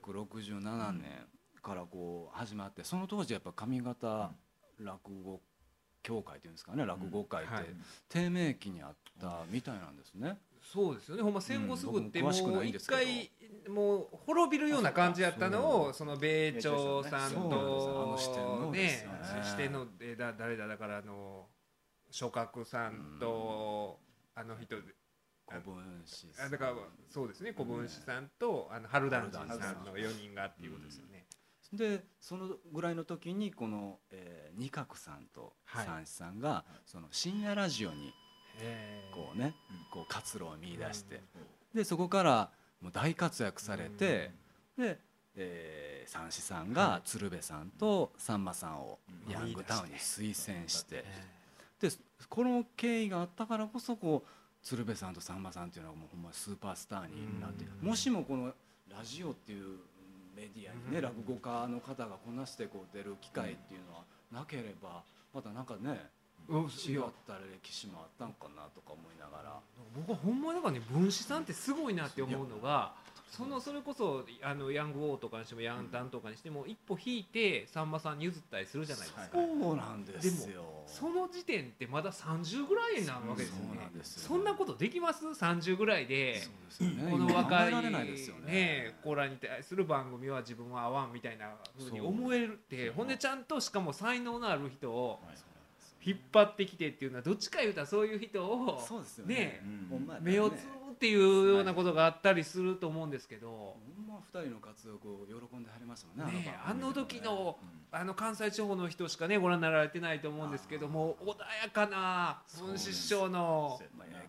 1967年からこう始まって、その当時やっぱ上方落語協会っていうんですかね、落語会って低迷期にあったみたいなんですね。 そうですよね。ほんま戦後すぐってもう一回もう滅びるような感じやったのを、その米朝さんとね、視点の誰だから諸角さんとあの人小文氏さん、 だからそうですね、小文氏さんと春団治さんの4人がっていうことですよね。 でそのぐらいの時にこの二角さんと三枝さんがその深夜ラジオにこうね、こう活路を見出して、でそこからもう大活躍されて、で三枝さんが鶴瓶さんとさんまさんをヤングタウンに推薦して、でこの経緯があったからこそこう鶴瓶さんとさんまさんっていうのはもうほんまスーパースターになって、もしもこのラジオっていうメディアにね、落語家の方がこなしてこう出る機会っていうのはなければ、またなんかね違った歴史もあったんかなとか思いながら、 僕はほんまだからね、文枝さんってすごいなって思うのが、それこそヤングオーとかにしてもヤンタンとかにしても一歩引いてさんまさんに譲ったりするじゃないですか。 そうなんですよ。 でもその時点ってまだ30ぐらいなわけですよね。そんなことできます？ 30 ぐらいでこの若い子らに対する番組は自分は合わんみたいな風に思えるって、ほんでちゃんとしかも才能のある人を引っ張ってきてっていうのは、どっちか言うたらそういう人をね目をつぶっていうようなことがあったりすると思うんですけど、 ほんま2人の活躍を喜んではりましたもんね。 あの時の関西地方の人しかねご覧になられてないと思うんですけども、穏やかな文枝師匠の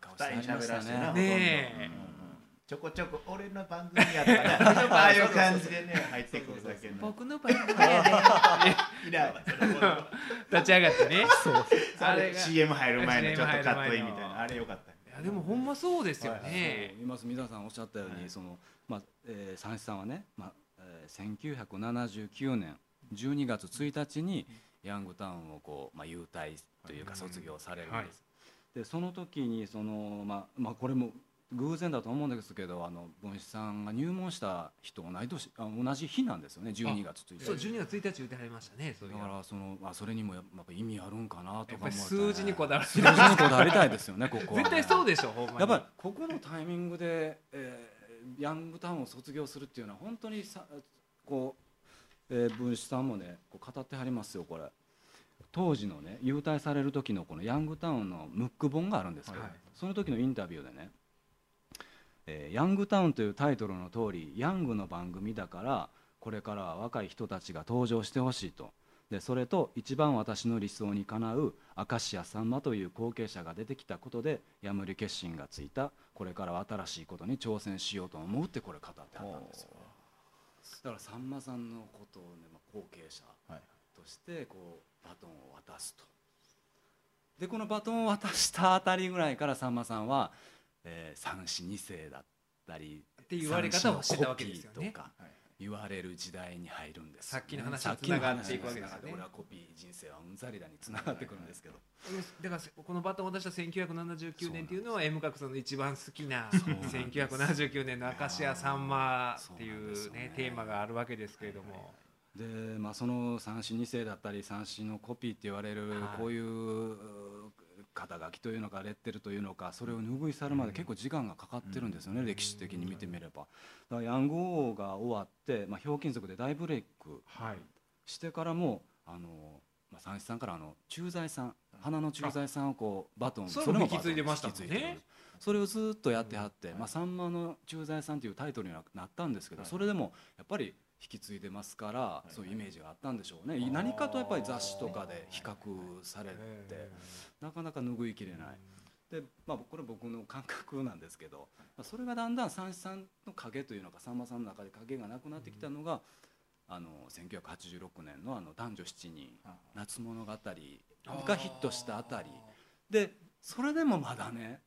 2人喋らせてなね、 ちょこちょこ俺の番組やったらああいう感じでね入ってくるだけの僕の番組やで立ち上がってね、 あれ CM 入る前のちょっとカットインみたいな、あれよかった。 いやでもほんまそうですよね。 今皆さんおっしゃったように、その三枝さんはね、1979年12月1日にヤングタウンをこう優退というか卒業されるんです。でその時にそのこれも偶然だと思うんですけど、文枝さんが入門した日と同じ日なんですよね、12月1日。 そう、12月1日言ってはりましたね。 だからそれにもやっぱ意味あるんかなとか思って、 数字にこだわりたいですよね、ここは。 絶対そうでしょ、ほんまに。 やっぱりここのタイミングでヤングタウンを卒業するっていうのは本当にこう文枝さんもねこう語ってはりますよ。これ当時のね優退される時のこのヤングタウンのムック本があるんですけど、その時のインタビューでね、ヤングタウンというタイトルの通りヤングの番組だからこれからは若い人たちが登場してほしいと。でそれと一番私の理想にかなう明石家さんまという後継者が出てきたことでやむり決心がついた。これからは新しいことに挑戦しようと思うってこれ語ってあったんですよ。だからさんまさんのことを、ね、後継者としてこうバトンを渡すと。でこのバトンを渡したあたりぐらいからさんまさんは三子二世だったりっていう言われ方をしてたわけですよね。 言われる時代に入るんです、 さっきの話につながっていくわけですよね。 俺はコピー人生はうんざりだにつながってくるんですけど、 だからこのバトンを渡した1979年っていうのは M 角さんの一番好きな1979年の明石家さんまっていうねテーマがあるわけですけれども、 でその三子二世だったり三子のコピーって言われるこういう肩書きというのかレッテルというのか、それを拭い去るまで結構時間がかかってるんですよね、歴史的に見てみれば。だからヤング王が終わって、ひょうきん族で大ブレイクしてからも三枝さんから駐在さん花の駐在さんをこうバトンそれも引き継いでましたもんね。 それをずっとやってはって、さんまの駐在さんというタイトルにはなったんですけど、それでもやっぱり引き継いでますから、そういうイメージがあったんでしょうね。何かとやっぱり雑誌とかで比較されてなかなか拭いきれない。でこれ僕の感覚なんですけど、それがだんだん三枝さんの影というのかさんまさんの中で影がなくなってきたのが1986年の男女7人夏物語がヒットしたあたりで、それでもまだね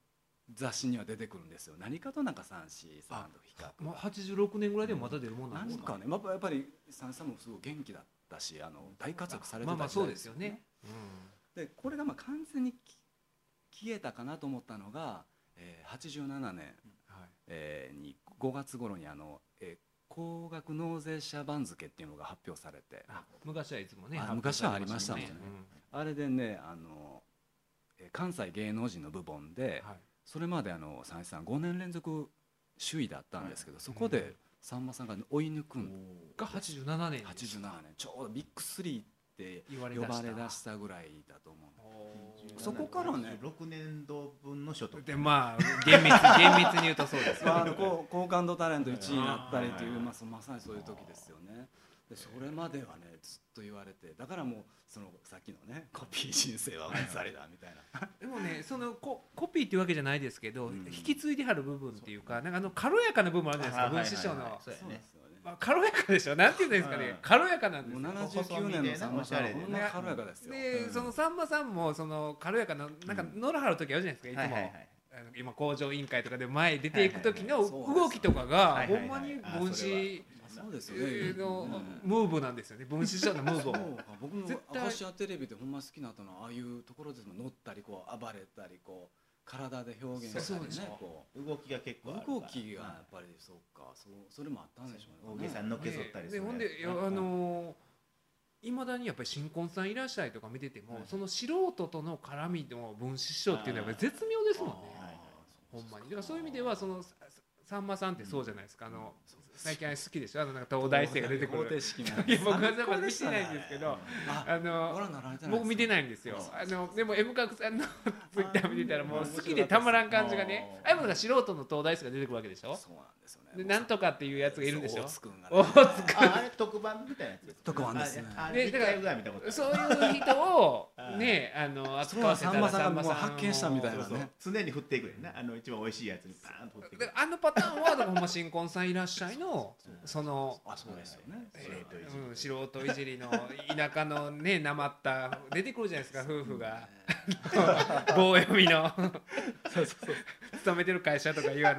雑誌には出てくるんですよ。何かとなんか343と比較、 まあ、86年ぐらいでもまた出るもんなんですか。 なんかね、やっぱり三枝さんもすごい元気だったし、大活躍されてたまあそうですよね。 でこれがまあ完全に消えたかなと思ったのが、87年、に5月頃に高額納税者番付っていうのが発表されて、 昔はいつもね、 昔はありましたもんね。あれでね、関西芸能人の部門で、それまで三枝さん5年連続首位だったんですけど、そこでさんまさんが追い抜くんが87年 87年ちょうどビッグ3って呼ばれ出したぐらいだと思う。そこからね 6年度分の所得で、まあ厳密に言うとそうですよ。好感度タレント1位になったりという、まさにそういう時ですよね。でそれまではねずっと言われて、だからもうさっきのねコピー申請はうんざりだみたいなでもね、コピーっていうわけじゃないですけど、引き継いではる部分っていうか、なんか軽やかな部分あるじゃないですか、文枝師匠の。 そうですよね。 軽やかでしょ、なんていうんですかね、軽やかなんですよ。 もう79年のさんまさんはほんま軽やかですよ。 でさんまさんも軽やかな、なんか乗らはる時あるじゃないですか、いつも。今工場委員会とかで前出ていく時の動きとかがほんまに分子のムーブなんですよね、分子師匠のムーブを。 僕も明石家テレビでほんま好きなったのはああいうところで乗ったり暴れたり体で表現したりね、 動きが結構動きがやっぱりそうか、それもあったんでしょうね。 大げさにのけぞったりする。 ほんでいまだにやっぱり新婚さんいらっしゃいとか見てても、その素人との絡みの分子師匠っていうのはやっぱり絶妙ですもんね、ほんまに。だからそういう意味ではさんまさんってそうじゃないですか。最近好きでしょ、なんか東大生が出てくる。僕はやっぱ見てないんですけど、僕見てないんですよ。でも M 角さんのツイッター見てたらもう好きでたまらん感じがね。ああいうのが素人の東大生が出てくるわけでしょ。 そうなんですよね。 でなんとかっていうやつがいるんでしょ。 あれ特番みたいなやつです。 特番ですね。 でだからそういう人をね扱わせたらさんまさんが発見したみたいなね。 常に振っていくよね。一番美味しいやつにパーンと振っていく。 パターンはほんま新婚さんいらっしゃいのそうですよね。 素人いじりの田舎のねなまった出てくるじゃないですか、夫婦が棒読みの勤めてる会社とかいう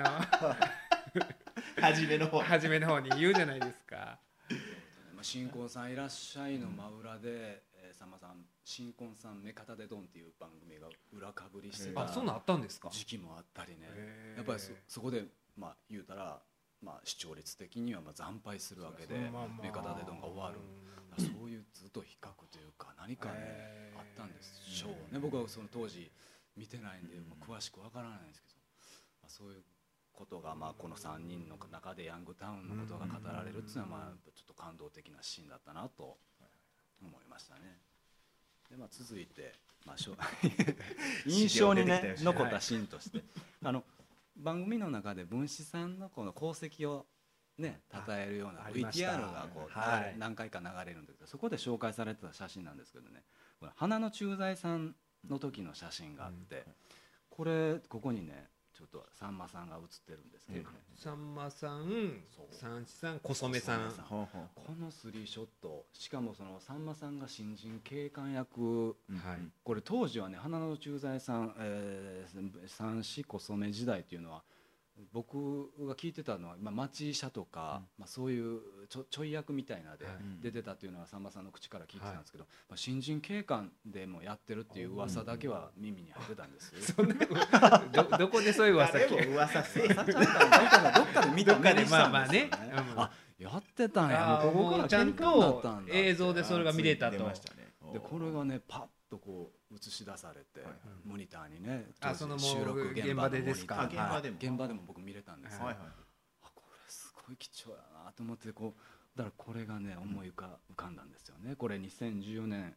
初めの方に言うじゃないですか。 新婚さんいらっしゃいの真裏でさんまさん新婚さん目方でドンっていう番組が裏かぶりしてたそうなんあったんですか。 時期もあったりね。やっぱりそこで言うたら視聴率的には惨敗するわけで目方でドンが終わる。そういうずっと比較というか何かねあったんでしょうね。僕はその当時見てないんで詳しくわからないんですけど、そういうことがこの3人の中でヤングタウンのことが語られるっていうのはちょっと感動的なシーンだったなと思いましたね。で続いて印象にね残ったシーンとして番組の中で文枝さんのこの功績をね称えるような VTR が何回か流れるんですけど、そこで紹介されてた写真なんですけどね、花の駐在さんの時の写真があって、ここにねちょっとさんまさんが写ってるんですけどね、 さんまさん、さんちさん、小染さん、 このスリーショット、しかもさんまさんが新人警官役、これ当時はね花の駐在さん、三子小染時代っていうのは僕が聞いてたのは町医者とか、そういうちょい役みたいなで出てたっていうのはさんまさんの口から聞いてたんですけど、新人警官でもやってるっていう噂だけは耳に入ってたんですよ。 どこでそういう噂聞く？ 噂せえ。 どっかで見たんですよね。やってたんや。 僕らちゃんと映像でそれが見れたと。 でこれがねパッと映し出されてモニターにね、 その収録現場でですか。 現場でも僕見れたんですよ。これすごい貴重やなと思ってだからこれがね思い浮かんだんですよね。これ2012年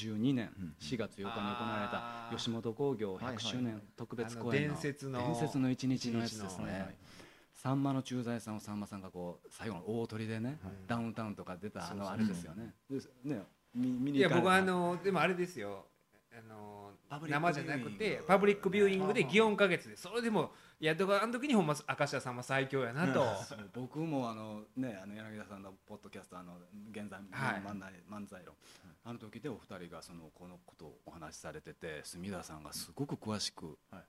4月8日に行われた吉本興業100周年特別公演の伝説の一日のやつですね。さんまの駐在さんをさんまさんが最後の大鳥でね、ダウンタウンとか出たあれですよね。 いや僕でもあれですよ、生じゃなくてパブリックビューイングで祇園花月で、それでもだから時にほんま明石家さんま最強やなと。 僕も柳田さんのポッドキャスト現在漫才論時でお二人がこのことをお話しされてて、隅田さんがすごく詳しく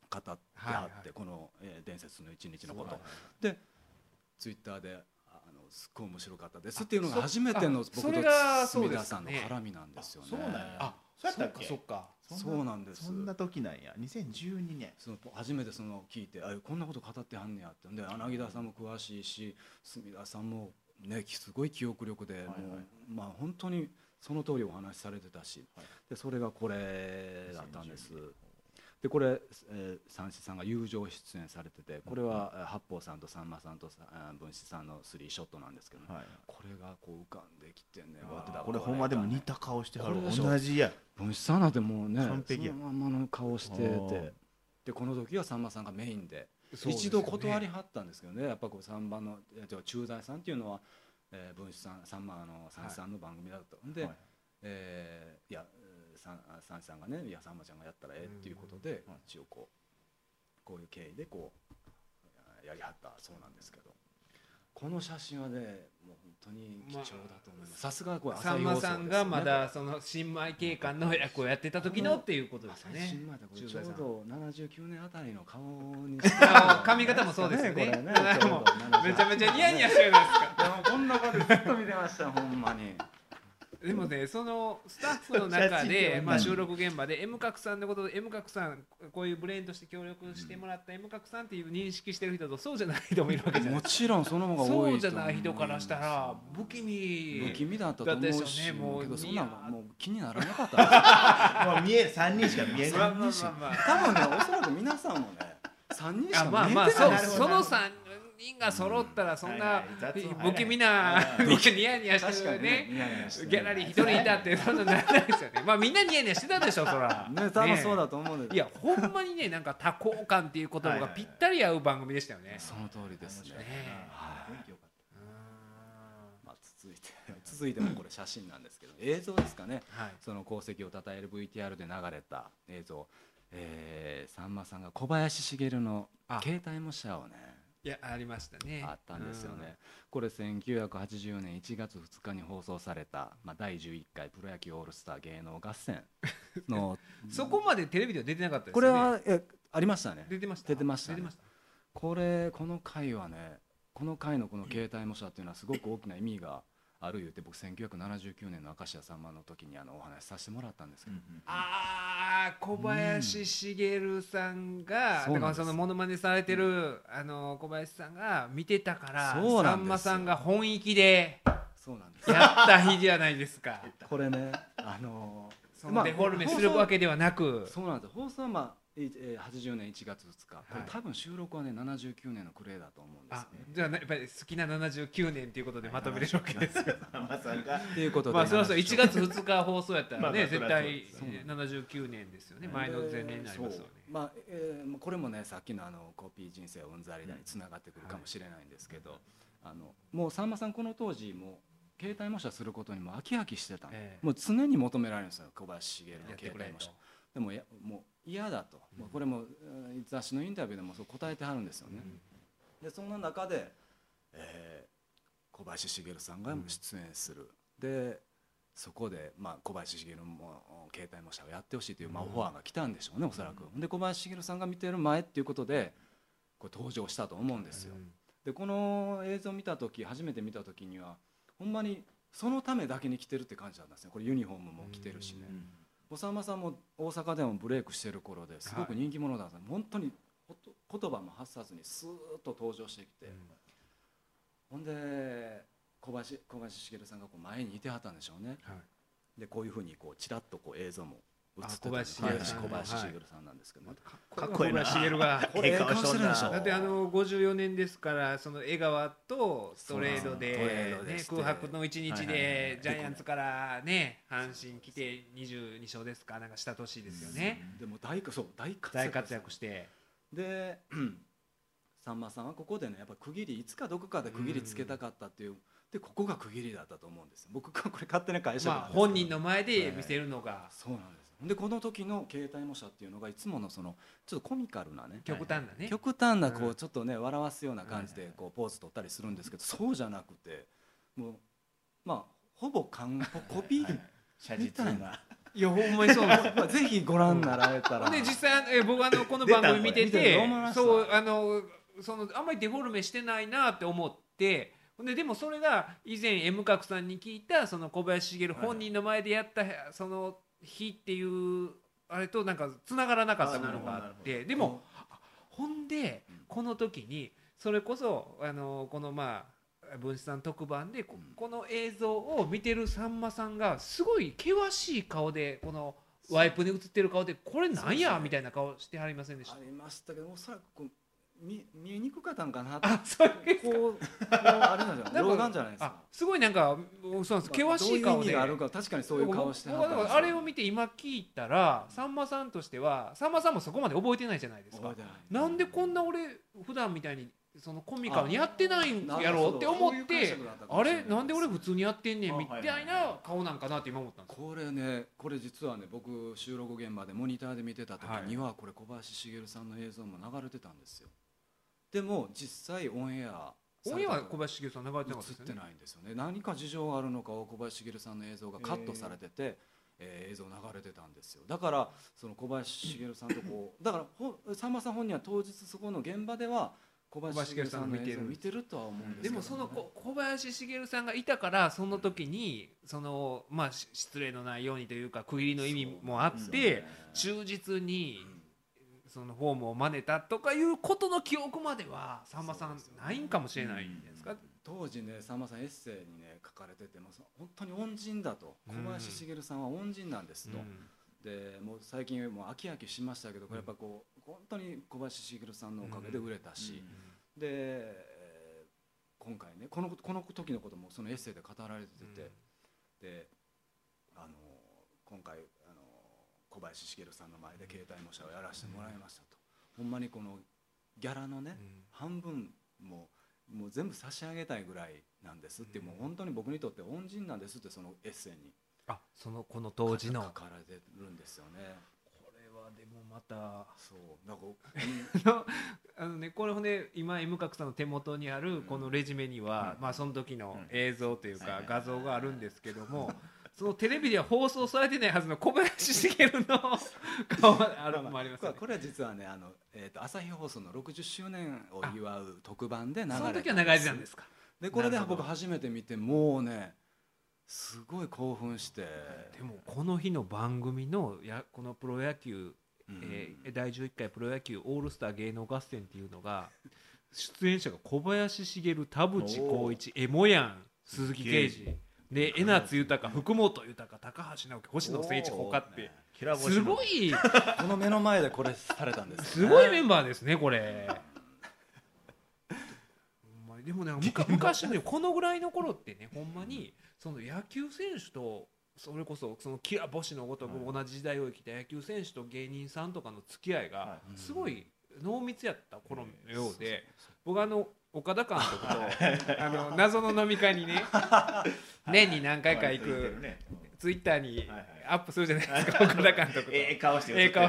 語ってあって、この伝説の一日のこと、でツイッターですっごい面白かったですっていうのが初めての僕と隅田さんの絡みなんですよね。 そうなんや。そうやったっけ。 そうなんです。 そんな時なんや。2012年。 初めて聞いて、こんなこと語ってはんねやってんで、柳田さんも詳しいし隅田さんもねすごい記憶力で、もう本当にその通りお話しされてたし、でそれがこれだったんです。でこれ、三枝さんが友情出演されてて、これは八方さんとさんまさんと文枝さんのスリーショットなんですけど、これがこう浮かんできてね、 これほんまでも似た顔してはる。同じや。 文枝さんなんてもうね完璧や。 そのままの顔してて、でこの時はさんまさんがメインで一度断りはったんですけどね、やっぱこう3番の駐在さんっていうのは文枝さんさんま三枝さんの番組だったんで、いや三枝さんがね、いやさんまちゃんがやったらっていうことで、一応こういう経緯でこうやりはったそうなんですけど、この写真はねもう本当に貴重だと思います。さすがこれさんまさんがまだその新米警官の役をやってた時のっていうことですよね。 新米だこれちょうど79年あたりの顔に髪型もそうですよね。 もうめちゃめちゃニヤニヤしてるじゃないですか。 こんな場でずっと見てましたほんまに。 でもね、そのスタッフの中で、収録現場で M 角さんのことで M 角さんこういうブレーンとして協力してもらった M 角さんっていう認識してる人とそうじゃない人もいるわけじゃないですか。 もちろんその方が多いと思う。 そうじゃない人からしたら不気味だったと思うし、 ね、もうけどそんなもう気にならなかったもう見える3人しか見えない。 多分ね、おそらく皆さんもね3人しか見えてない。 その3人が揃ったらそんな不気味なニヤニヤしてるねギャラリー一人いたってそんなならないですよね。みんなニヤニヤしてたでしょそらね。多分そうだと思うんです。 いやほんまにね、なんか多幸感っていう言葉がぴったり合う番組でしたよね。 その通りですね。続いてもこれ写真なんですけど、映像ですかね。その功績をたたえる VTR で流れた映像、さんまさんが小林茂の携帯模写をね、 いやありましたね。 あったんですよね。これ1980年1月2日に放送された、第11回プロ野球オールスター芸能合戦のそこまでテレビでは出てなかったですね。 これはありましたね。 出てました。 この回はね、この回のこの携帯模写っていうのはすごく大きな意味がある言うて、僕1979年の明石家さんまの時にお話しさせてもらったんですけど、 小林茂さんがだからそのモノマネされてる小林さんが見てたから、さんまさんが本意気でやった日じゃないですか。 これね、 そのデフォルメするわけではなく、 そうなんです。放送は80年1月2日、これ多分収録はね79年の暮れだと思うんですね。 じゃあやっぱり好きな79年ということでまとめれるわけですよ。 まさかっていうことで、 そう1月2日放送やったらね絶対79年ですよね。前の前年になりますよね。 これもねさっきのコピー人生うんざりだにつながってくるかもしれないんですけど、もうさんまさんこの当時もう携帯模写することにも飽き飽きしてた、もう常に求められるんですよ小林茂の携帯模写。でももう嫌だと、これも雑誌のインタビューでもそう答えてはるんですよね。でそんな中で、小林茂さんが出演する、でそこで、小林茂の携帯模写をやってほしいという、オファーが来たんでしょうねおそらく。で小林茂さんが見てる前っていうことでこれ登場したと思うんですよ。でこの映像を見た時、初めて見た時にはほんまにそのためだけに来てるって感じなんですね。これユニフォームも着てるしね。さんまさんも大阪でもブレイクしてる頃ですごく人気者だった。本当に言葉も発さずにスーッと登場してきて、ほんで小林茂さんが前にいてはったんでしょうね。でこういうふうにちらっと映像も映ってた小林茂さんなんですけど、 かっこいいな。 小林茂がこれ顔してるでしょ。 だって54年ですから、その江川とストレートで空白の1日でジャイアンツからね阪神来て22勝ですかなんかした年ですよね。 でも大活躍して、 でさんまさんはここでねやっぱ区切りいつかどこかで区切りつけたかったっていう、でここが区切りだったと思うんです。僕これ勝手な解釈なんですけど、 本人の前で見せるのが、 そうなんです。でこの時の携帯模写っていうのがいつものちょっとコミカルなね、 極端なちょっとね笑わすような感じでポーズ取ったりするんですけど、そうじゃなくてもうほぼコピーみたいないやほんまにそうなんですよ。 ぜひご覧になられたら。 で実際僕この番組見て出たてこれ見ててそうあんまりデフォルメしてないなって思って、でもそれが以前 M 角さんに聞いたその小林茂本人の前でやったその日っていうあれとなんかつながらなかったものがあって、でもほんでこの時にそれこそこの文枝さん特番でこの映像を見てるさんまさんがすごい険しい顔でこのワイプに映ってる顔でこれなんやみたいな顔してはりませんでした？ ありましたけど、おそらく見えにくかったんかな。 あ、そうですか。 こうあれなんじゃない？老眼じゃないですか。 すごいなんかそうなんです。険しい顔で。 どういう意味があるか、確かにそういう顔してはったんですよ。 あれを見て今聞いたらさんまさんとしてはさんまさんもそこまで覚えてないじゃないですか。なんでこんな俺普段みたいにそのコミカルにやってないんやろうって思って、あれなんで俺普通にやってんねんみたいな顔なんかなって今思ったんです。 これ実はね、僕収録現場でモニターで見てた時にはこれ小林茂さんの映像も流れてたんですよ。でも実際オンエアは小林茂さん流れてなかったですよね。 映ってないんですよね。何か事情があるのかを小林茂さんの映像がカットされてて、映像流れてたんですよ。だからその小林茂さんとだからさんまさん本人は当日そこの現場では小林茂さんの映像を見てるとは思うんですけど、ね、 でもその小林茂さんがいたからその時にその失礼のないようにというか区切りの意味もあって、忠実にそのフォームを真似たとかいうことの記憶まではさんまさんないんかもしれないんですか。 当時ね、さんまさんエッセイにね書かれてて、本当に恩人だと、小林茂さんは恩人なんですと、でもう最近もう飽き飽きしましたけど、これやっぱ本当に小林茂さんのおかげで売れたし、で今回ねこの時のこともそのエッセイで語られてて、で今回小林茂さんの前で携帯模写をやらせてもらいましたと、ほんまにこのギャラのね、半分もう全部差し上げたいぐらいなんですって、もう本当に僕にとって恩人なんですって、そのエッセイにこの当時の書かれてるんですよね。 これはでもまたそうなんかこれほんで今 M 角さんの手元にあるこのレジュメには、その時の映像というか画像があるんですけども、そのテレビでは放送されてないはずの小林茂の顔もありますよね。 これは実はね朝日放送の60周年を祝う特番で流れて、 その時は流れてたんですか。 でこれで僕初めて見て、もうねすごい興奮して。 でもこの日の番組のこのプロ野球、第11回プロ野球オールスター芸能合戦っていうのが出演者が小林茂、田淵幸一、エモヤン、鈴木啓司で江夏豊、福本豊、高橋直樹、星野誠一、他ってすごいこの目の前でこれされたんです、 すごいメンバーですねこれ。でもね昔ねこのぐらいの頃ってね、ほんまにその野球選手とそれこそそのキラ星のごとく同じ時代を生きた野球選手と芸人さんとかの付き合いがすごい濃密やった頃のようで、僕岡田監督と謎の飲み会にね年に何回か行くツイッターにアップするじゃないですか、岡田監督と顔してる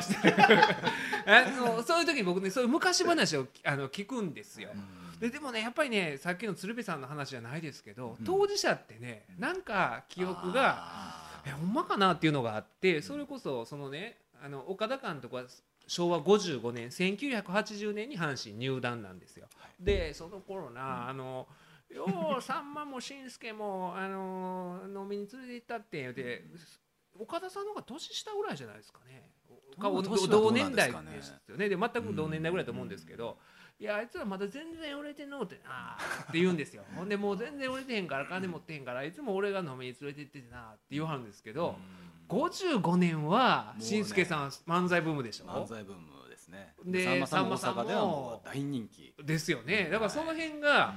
そういう時に僕ねそういう昔話を聞くんですよ。でもねやっぱりねさっきの鶴瓶さんの話じゃないですけど、当事者ってねなんか記憶がほんまかなっていうのがあって、それこそそのね岡田監督は昭和55年1980年に阪神入団なんですよ。でその頃なようさんまもしんすけも飲みに連れて行ったって言うて、岡田さんの方が年下ぐらいじゃないですかね。同年代ですよね。で全く同年代ぐらいだと思うんですけど、いやあいつらまだ全然売れてのうてなって言うんですよ。ほんでもう全然売れてへんから金持ってへんからいつも俺が飲みに連れて行っててなって言わはるんですけど、55年はしんすけさん漫才ブームでしょ。 漫才ブームですね。 でさんまさんも大阪ではもう大人気ですよね。だからその辺が、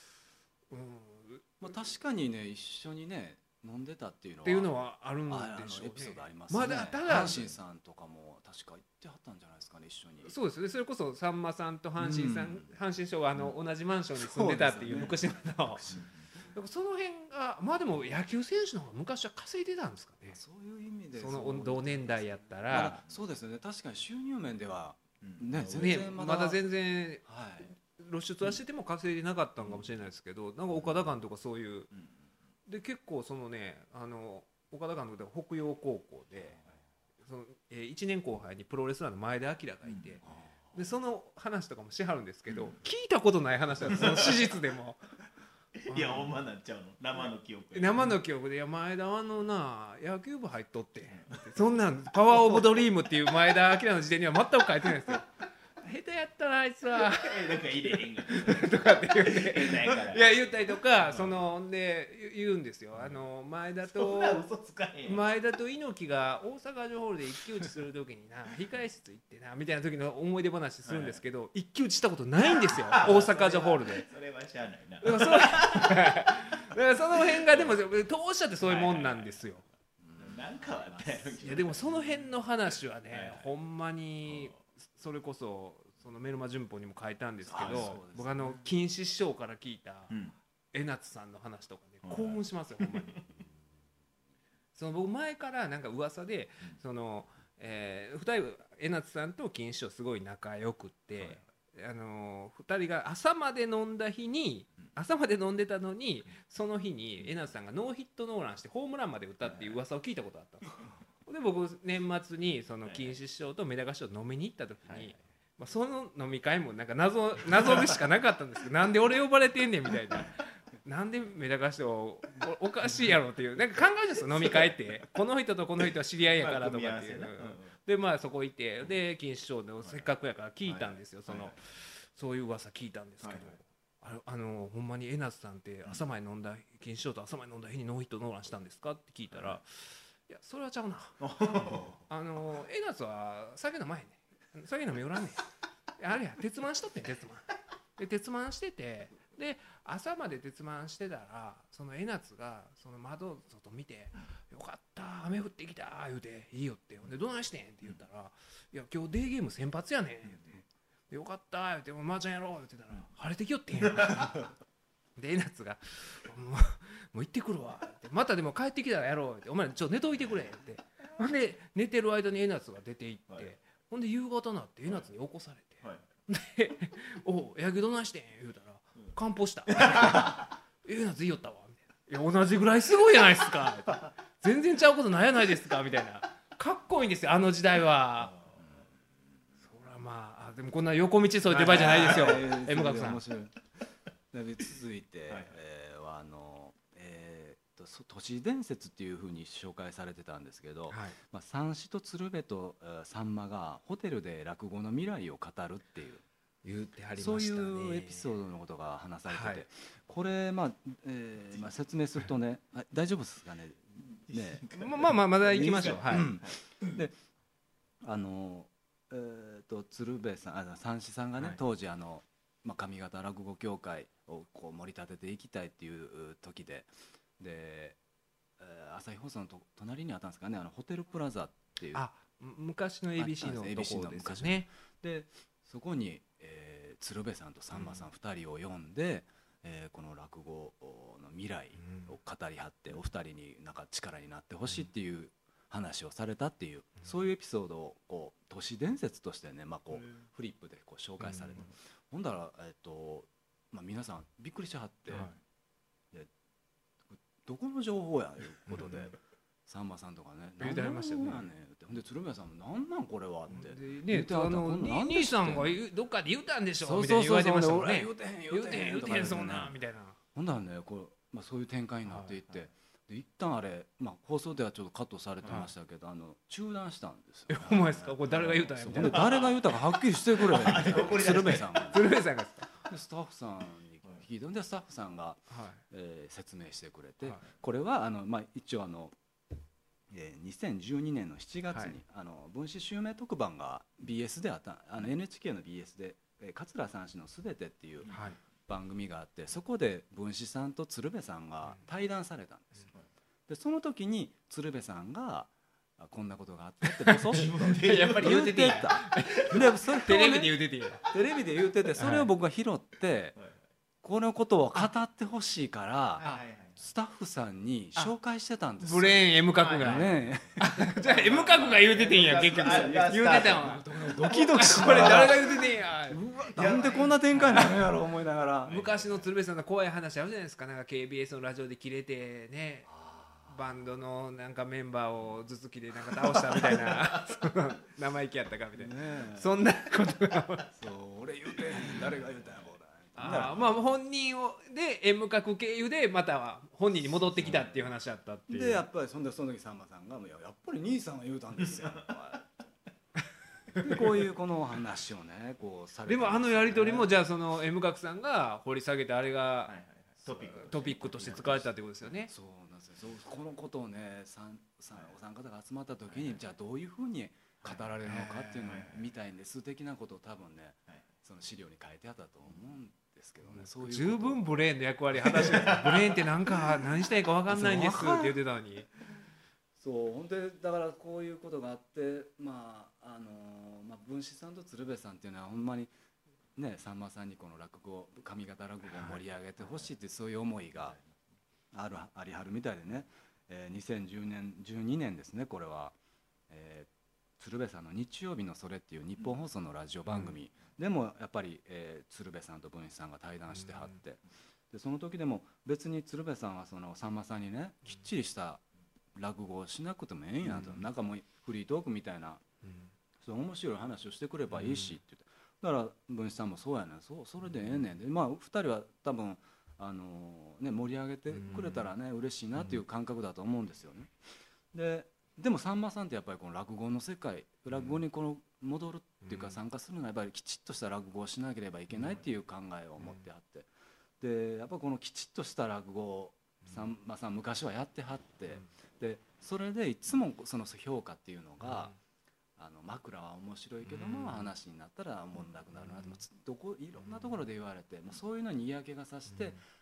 確かにね一緒にね飲んでたっていうのはあるんでしょうね。 エピソードありますね。ただ阪神さんとかも確か行ってはったんじゃないですかね、一緒に。 そうですね。それこそさんまさんと阪神さん、阪神師匠は同じマンションに住んでたっていう福島の。その辺がでも野球選手の方が昔は稼いでたんですかね。 そういう意味でその同年代やったら、 そうですね。確かに収入面ではねまだ全然露出はしてても稼いでなかったのかもしれないですけど、なんか岡田監督はそういうで結構そのね岡田監督で北陽高校でその、1年後輩にプロレスラーの前田明がいて、でその話とかもしはるんですけど、聞いたことない話だったその史実でもいやほんまなっちゃうの生の記憶生の記憶で、いや前田な野球部入っとってそんなんパワーオブドリームっていう前田明の時点には全く書いてないんですよ。下手やったらあいつはなんか入れへんがとかって言っていいや言ったりとか、そので言うんですよ。前田と嘘つかへん前田と猪木が大阪城ホールで一騎打ちする時にな控室行ってなみたいな時の思い出話するんですけど、一騎打ちしたことないんですよ大阪城ホールで。 それはしゃあないな。 だからその辺がでも当社ってそういうもんなんですよ。 なんかはね。 いやでもその辺の話はね、ほんまにそれこそそのメルマ旬報にも書いたんですけど、僕金師匠から聞いた江夏さんの話とかね興奮しますよほんまに。その僕前からなんか噂でその2人江夏さんと金師匠すごい仲良くって、2人が朝まで飲んだ日に朝まで飲んでたのに、その日に江夏さんがノーヒットノーランしてホームランまで打ったっていう噂を聞いたことがあったんです。で僕年末にその金師匠とメダカ師匠と飲みに行った時に、その飲み会もなんか謎でしかなかったんですけど、なんで俺呼ばれてんねんみたいな、なんでメダカ師匠おかしいやろっていう、なんか考えるんですよ飲み会ってこの人とこの人は知り合いやからとかっていう。でそこ行ってで金師匠のせっかくやから聞いたんですよ。そういう噂聞いたんですけど、ほんまに江夏さんって朝前飲んだ金師匠と朝前飲んだ日にノーヒットノーランしたんですかって聞いたら、いやそれはちゃうな江夏は酒飲まへんねん、酒飲みおらんねん、あれや鉄マンしとってん、鉄マンしてて、で朝まで鉄マンしてたらその江夏がその窓外見てよかった雨降ってきた言うていいよって、ほんでどないしてんって言ったら、いや今日デーゲーム先発やねん言うて、よかった言うてマーちゃんやろう言ってたら晴れてきよってんで江夏がもう行ってくるわって、またでも帰ってきたらやろうって、お前ちょっと寝といてくれって、ほんで寝てる間に江夏が出て行って、ほんで夕方になって江夏に起こされて、でおう野球どないしてん言うたら完歩した江夏いいよったわみたいな、いや同じぐらいすごいじゃないですか全然ちゃうことないやないですかみたいな、かっこいいんですよあの時代は。そらまあでもこんな横道そういう場合じゃないですよM角さん。 続いては都市伝説っていうふうに紹介されてたんですけど、三枝と鶴瓶とさんまがホテルで落語の未来を語るっていう言ってはりましたね。 そういうエピソードのことが話されてて、これ説明するとね、大丈夫ですかね。 まだ行きましょう。 で鶴瓶さん三枝さんがね、当時上方落語協会をこう盛り立てていきたいっていう時で朝日放送の隣にあったんですかね、ホテルプラザっていう、 昔の ABC のところですね。 でそこに、鶴瓶さんとさんまさん2人を呼んで、この落語の未来を語り合って、お二人になんか力になってほしいっていう話をされたっていう、そういうエピソードをこう都市伝説としてね、こうフリップでこう紹介されて、ほんだら皆さんびっくりしはって、どこの情報やいうことで、さんまさんとかね、 言うてはりましたよね。 ほんで鶴瓶さんもなんなんこれはって兄さんがどっかで言うたんでしょみたいな言われてましたもんね。言うてへんそんなみたいな。 ほんだらねそういう展開になっていって、一旦あれ放送ではちょっとカットされてましたけど、中断したんですよ。 お前ですか、これ誰が言うたんやみたいな。 誰が言うたかはっきりしてくれ鶴瓶さんがスタッフさんに聞いて、でスタッフさんが説明してくれて、これは一応2012年の7月に文枝襲名特番が BS であった、NHK の BS で桂三枝のすべてっていう番組があって、そこで文枝さんと鶴瓶さんが対談されたんですよ。でその時に鶴瓶さんがこんなことがあったってボソッとやっぱり言うててた。テレビで言うててや。 テレビで言うてて、それを僕が拾ってこのことを語ってほしいからスタッフさんに紹介してたんですよ。 ブレーン M 角がね。じゃあ M 角が言うててんや、結局言うてたわ。 ドキドキしこれ誰が言うててんや。 なんでこんな展開になるんやろ思いながら。 昔の鶴瓶さんの怖い話あるじゃないですか。なんか KBS のラジオで切れてね、 バンドのなんかメンバーを頭突きでなんか倒したみたいなその生意気やったかみたいな、そんなことがそう俺言うてへん誰が言うたんやろまあ本人をで M 角経由でまたは本人に戻ってきたっていう話だったっていうでやっぱりその時さんまさんが「やっぱり兄さんが言うたんですよ」でこういうこの話をねこうされて、 でもあのやり取りもじゃあその M 角さんが掘り下げてあれがトピックとして使われたってことですよね。 そうなんですよ。このことをねお三方が集まった時にじゃあどういうふうに語られるのかっていうのを見たいんです的なことを多分ねその資料に書いてあったと思うんですけどね。そういう十分ブレーンの役割果たしてブレーンってなんか何したいか分かんないんですって言ってたのに。 そう本当にだからこういうことがあって文枝さんと鶴瓶さんっていうのはほんまにねさんまさんにこの落語上方落語を盛り上げてほしいっていうそういう思いがありはるみたいでね、2012年ですねこれは、鶴瓶さんの日曜日のそれっていう日本放送のラジオ番組でもやっぱり、鶴瓶さんと文枝さんが対談してはって、でその時でも別に鶴瓶さんはそのさんまさんにねきっちりした落語をしなくてもええんやと、なんかもうフリートークみたいな、そう面白い話をしてくればいいしって言って、だから文枝さんもそうやねんそれでええねんで、まあ2人は多分盛り上げてくれたらね嬉しいなっていう感覚だと思うんですよね。でもさんまさんってやっぱりこの落語の世界落語にこの戻るっていうか参加するのはやっぱりきちっとした落語をしなければいけないっていう考えを持ってあって、でやっぱこのきちっとした落語をさんまさん昔はやってはって、でそれでいつもその評価っていうのが、枕は面白いけども、話になったらおもんなくなるなと、いろんなところで言われて、そういうのに嫌気がさして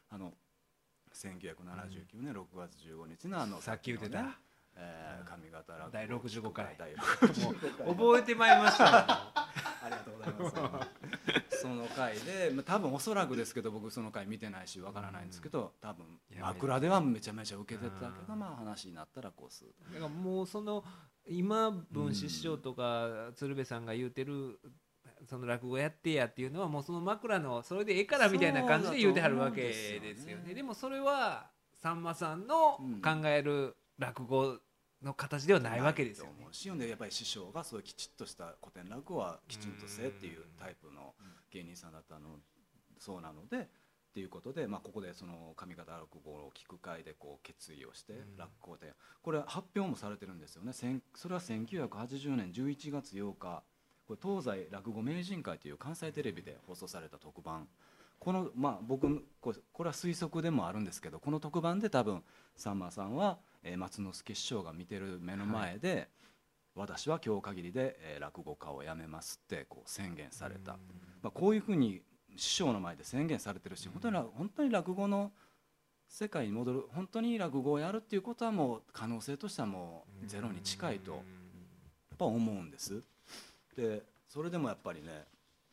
、1979年6月15日のさっき言ってた上方落語第65回第65回覚えてまいりましたありがとうございますその回で多分おそらくですけど僕その回見てないしわからないんですけど、多分枕ではめちゃめちゃ受けてたけど、話になったらこうするだからもうその今文枝師匠とか鶴瓶さんが言うてるその落語やってやっていうのはもうその枕のそれでええからみたいな感じで言うてはるわけですよね。でもそれはさんまさんの考える落語の形ではないわけですよね。 やっぱり師匠がそういうきちっとした古典落語はきちんとせっていうタイプの芸人さんだったのそうなのでっていうことで、ここでその上方落語を聞く会でこう決意をして落語でこれ発表もされてるんですよね。それは1980年11月8日これ東西落語名人会という関西テレビで放送された特番、この僕これは推測でもあるんですけど、この特番で多分さんまさんは松之助師匠が見てる目の前で、私は今日限りで落語家を辞めますってこう宣言された、こういうふうに師匠の前で宣言されてるし、本当に落語の世界に戻る、本当に落語をやるっていうことはもう可能性としてはもうゼロに近いとやっぱ思うんです。でそれでもやっぱりね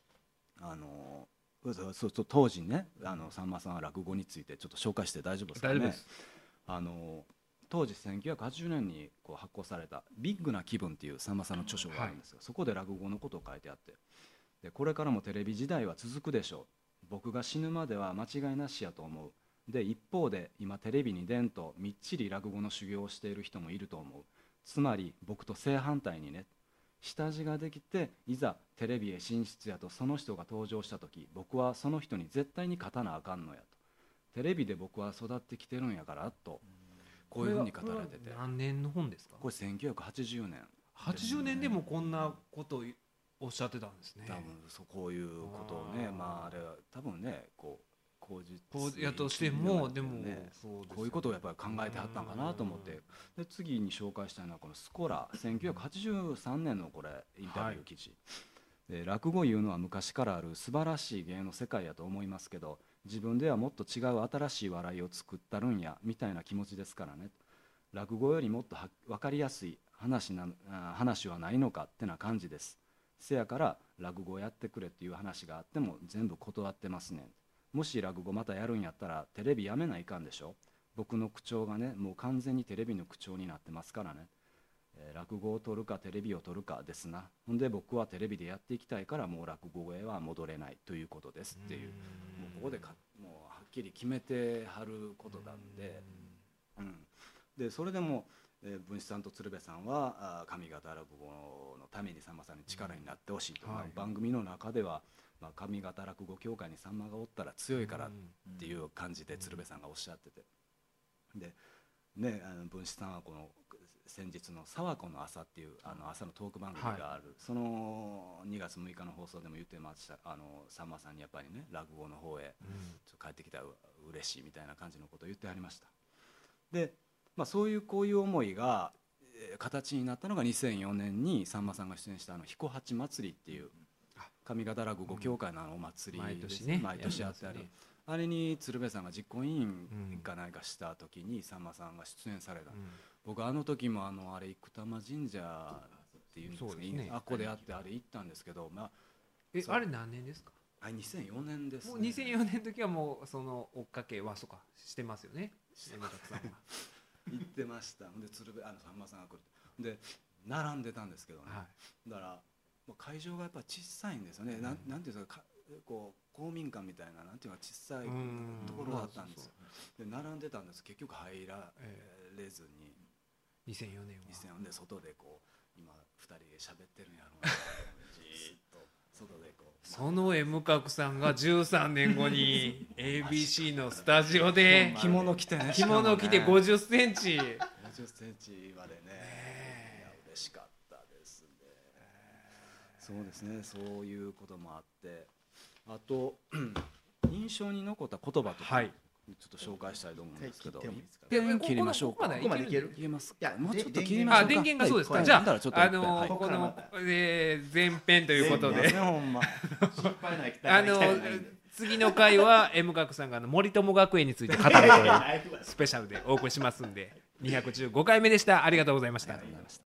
そう当時ねさんまさんは落語についてちょっと紹介して大丈夫ですかね。 大丈夫です。 当時1980年にこう発行された「ビッグな気分」っていうさんまさんの著書があるんですが、そこで落語のことを書いてあって、でこれからもテレビ時代は続くでしょう、僕が死ぬまでは間違いなしやと思う、で一方で今テレビに出んとみっちり落語の修行をしている人もいると思う、つまり僕と正反対にね、下地ができていざテレビへ進出やとその人が登場した時、僕はその人に絶対に勝たなあかんのやと、テレビで僕は育ってきてるんやからと、こういうふうに語られてて、 何年の本ですか。 これ1980年 80年でもこんなことをおっしゃってたんですね。 多分こういうことをね、あれは多分ねこう口実やとしてもでもこういうことをやっぱり考えてはったんかなと思って、で次に紹介したいのはこのスコラ1983年のこれインタビュー記事、で落語いうのは昔からある素晴らしい芸の世界やと思いますけど、自分ではもっと違う新しい笑いを作ったるんやみたいな気持ちですからね、落語よりもっと分かりやすい話はないのかってな感じです。せやから落語やってくれっていう話があっても全部断ってますねん。もし落語またやるんやったらテレビやめないかんでしょ。僕の口調がねもう完全にテレビの口調になってますからね、落語を撮るかテレビを撮るかですな。ほんで僕はテレビでやっていきたいからもう落語へは戻れないということですっていう、もうここでもうはっきり決めてはることなんで、 でそれでも文枝さんと鶴瓶さんは上方落語のためにさんまさんに力になってほしいと、番組の中では、上方落語協会にさんまがおったら強いからっていう感じで鶴瓶さんがおっしゃってて、でね、文枝さんはこの先日の「沢子の朝」っていう朝のトーク番組がある、その2月6日の放送でも言ってました。さんまさんにやっぱりね落語の方へちょっと帰ってきたら嬉しいみたいな感じのことを言ってありました。で、そういうこういう思いが形になったのが2004年にさんまさんが出演した彦八祭りっていう上方落語協会のお祭りですね、毎年あってある、あれに鶴瓶さんが実行委員か何かした時にさんまさんが出演された、僕あの時もあれ生玉神社っていうんですかね、あっこであってあれ行ったんですけど、 あれ何年ですか ？2004年ですね。 もう2004年の時はもうその追っかけはそうかしてますよね、山崎さんは行ってました。で鶴瓶さんまさんが来るで並んでたんですけどね、だから会場がやっぱ小さいんですよね、なんていうんですか、こう公民館みたいな、なんていうか小さいところだったんですよ。で並んでたんです。結局入られずに、 2004年は 2004年で外でこう今2人で喋ってるんやろうなじーっと外でこう、 その M 角さんが13年後に ABC のスタジオで着物着てね、 着物着て50センチ 50センチまでね、嬉しかったですね。そうですね、そういうこともあって、あと印象に残った言葉とか、ちょっと紹介したいと思うんですけど、切りましょうか。 ここまでいける？ 切れます。もうちょっと切りましょうか。 電源がそうですか。じゃあここの前編ということで、次の回は M 角さんが森友学園について語るというスペシャルでお送りしますんで、215回目でした。ありがとうございました。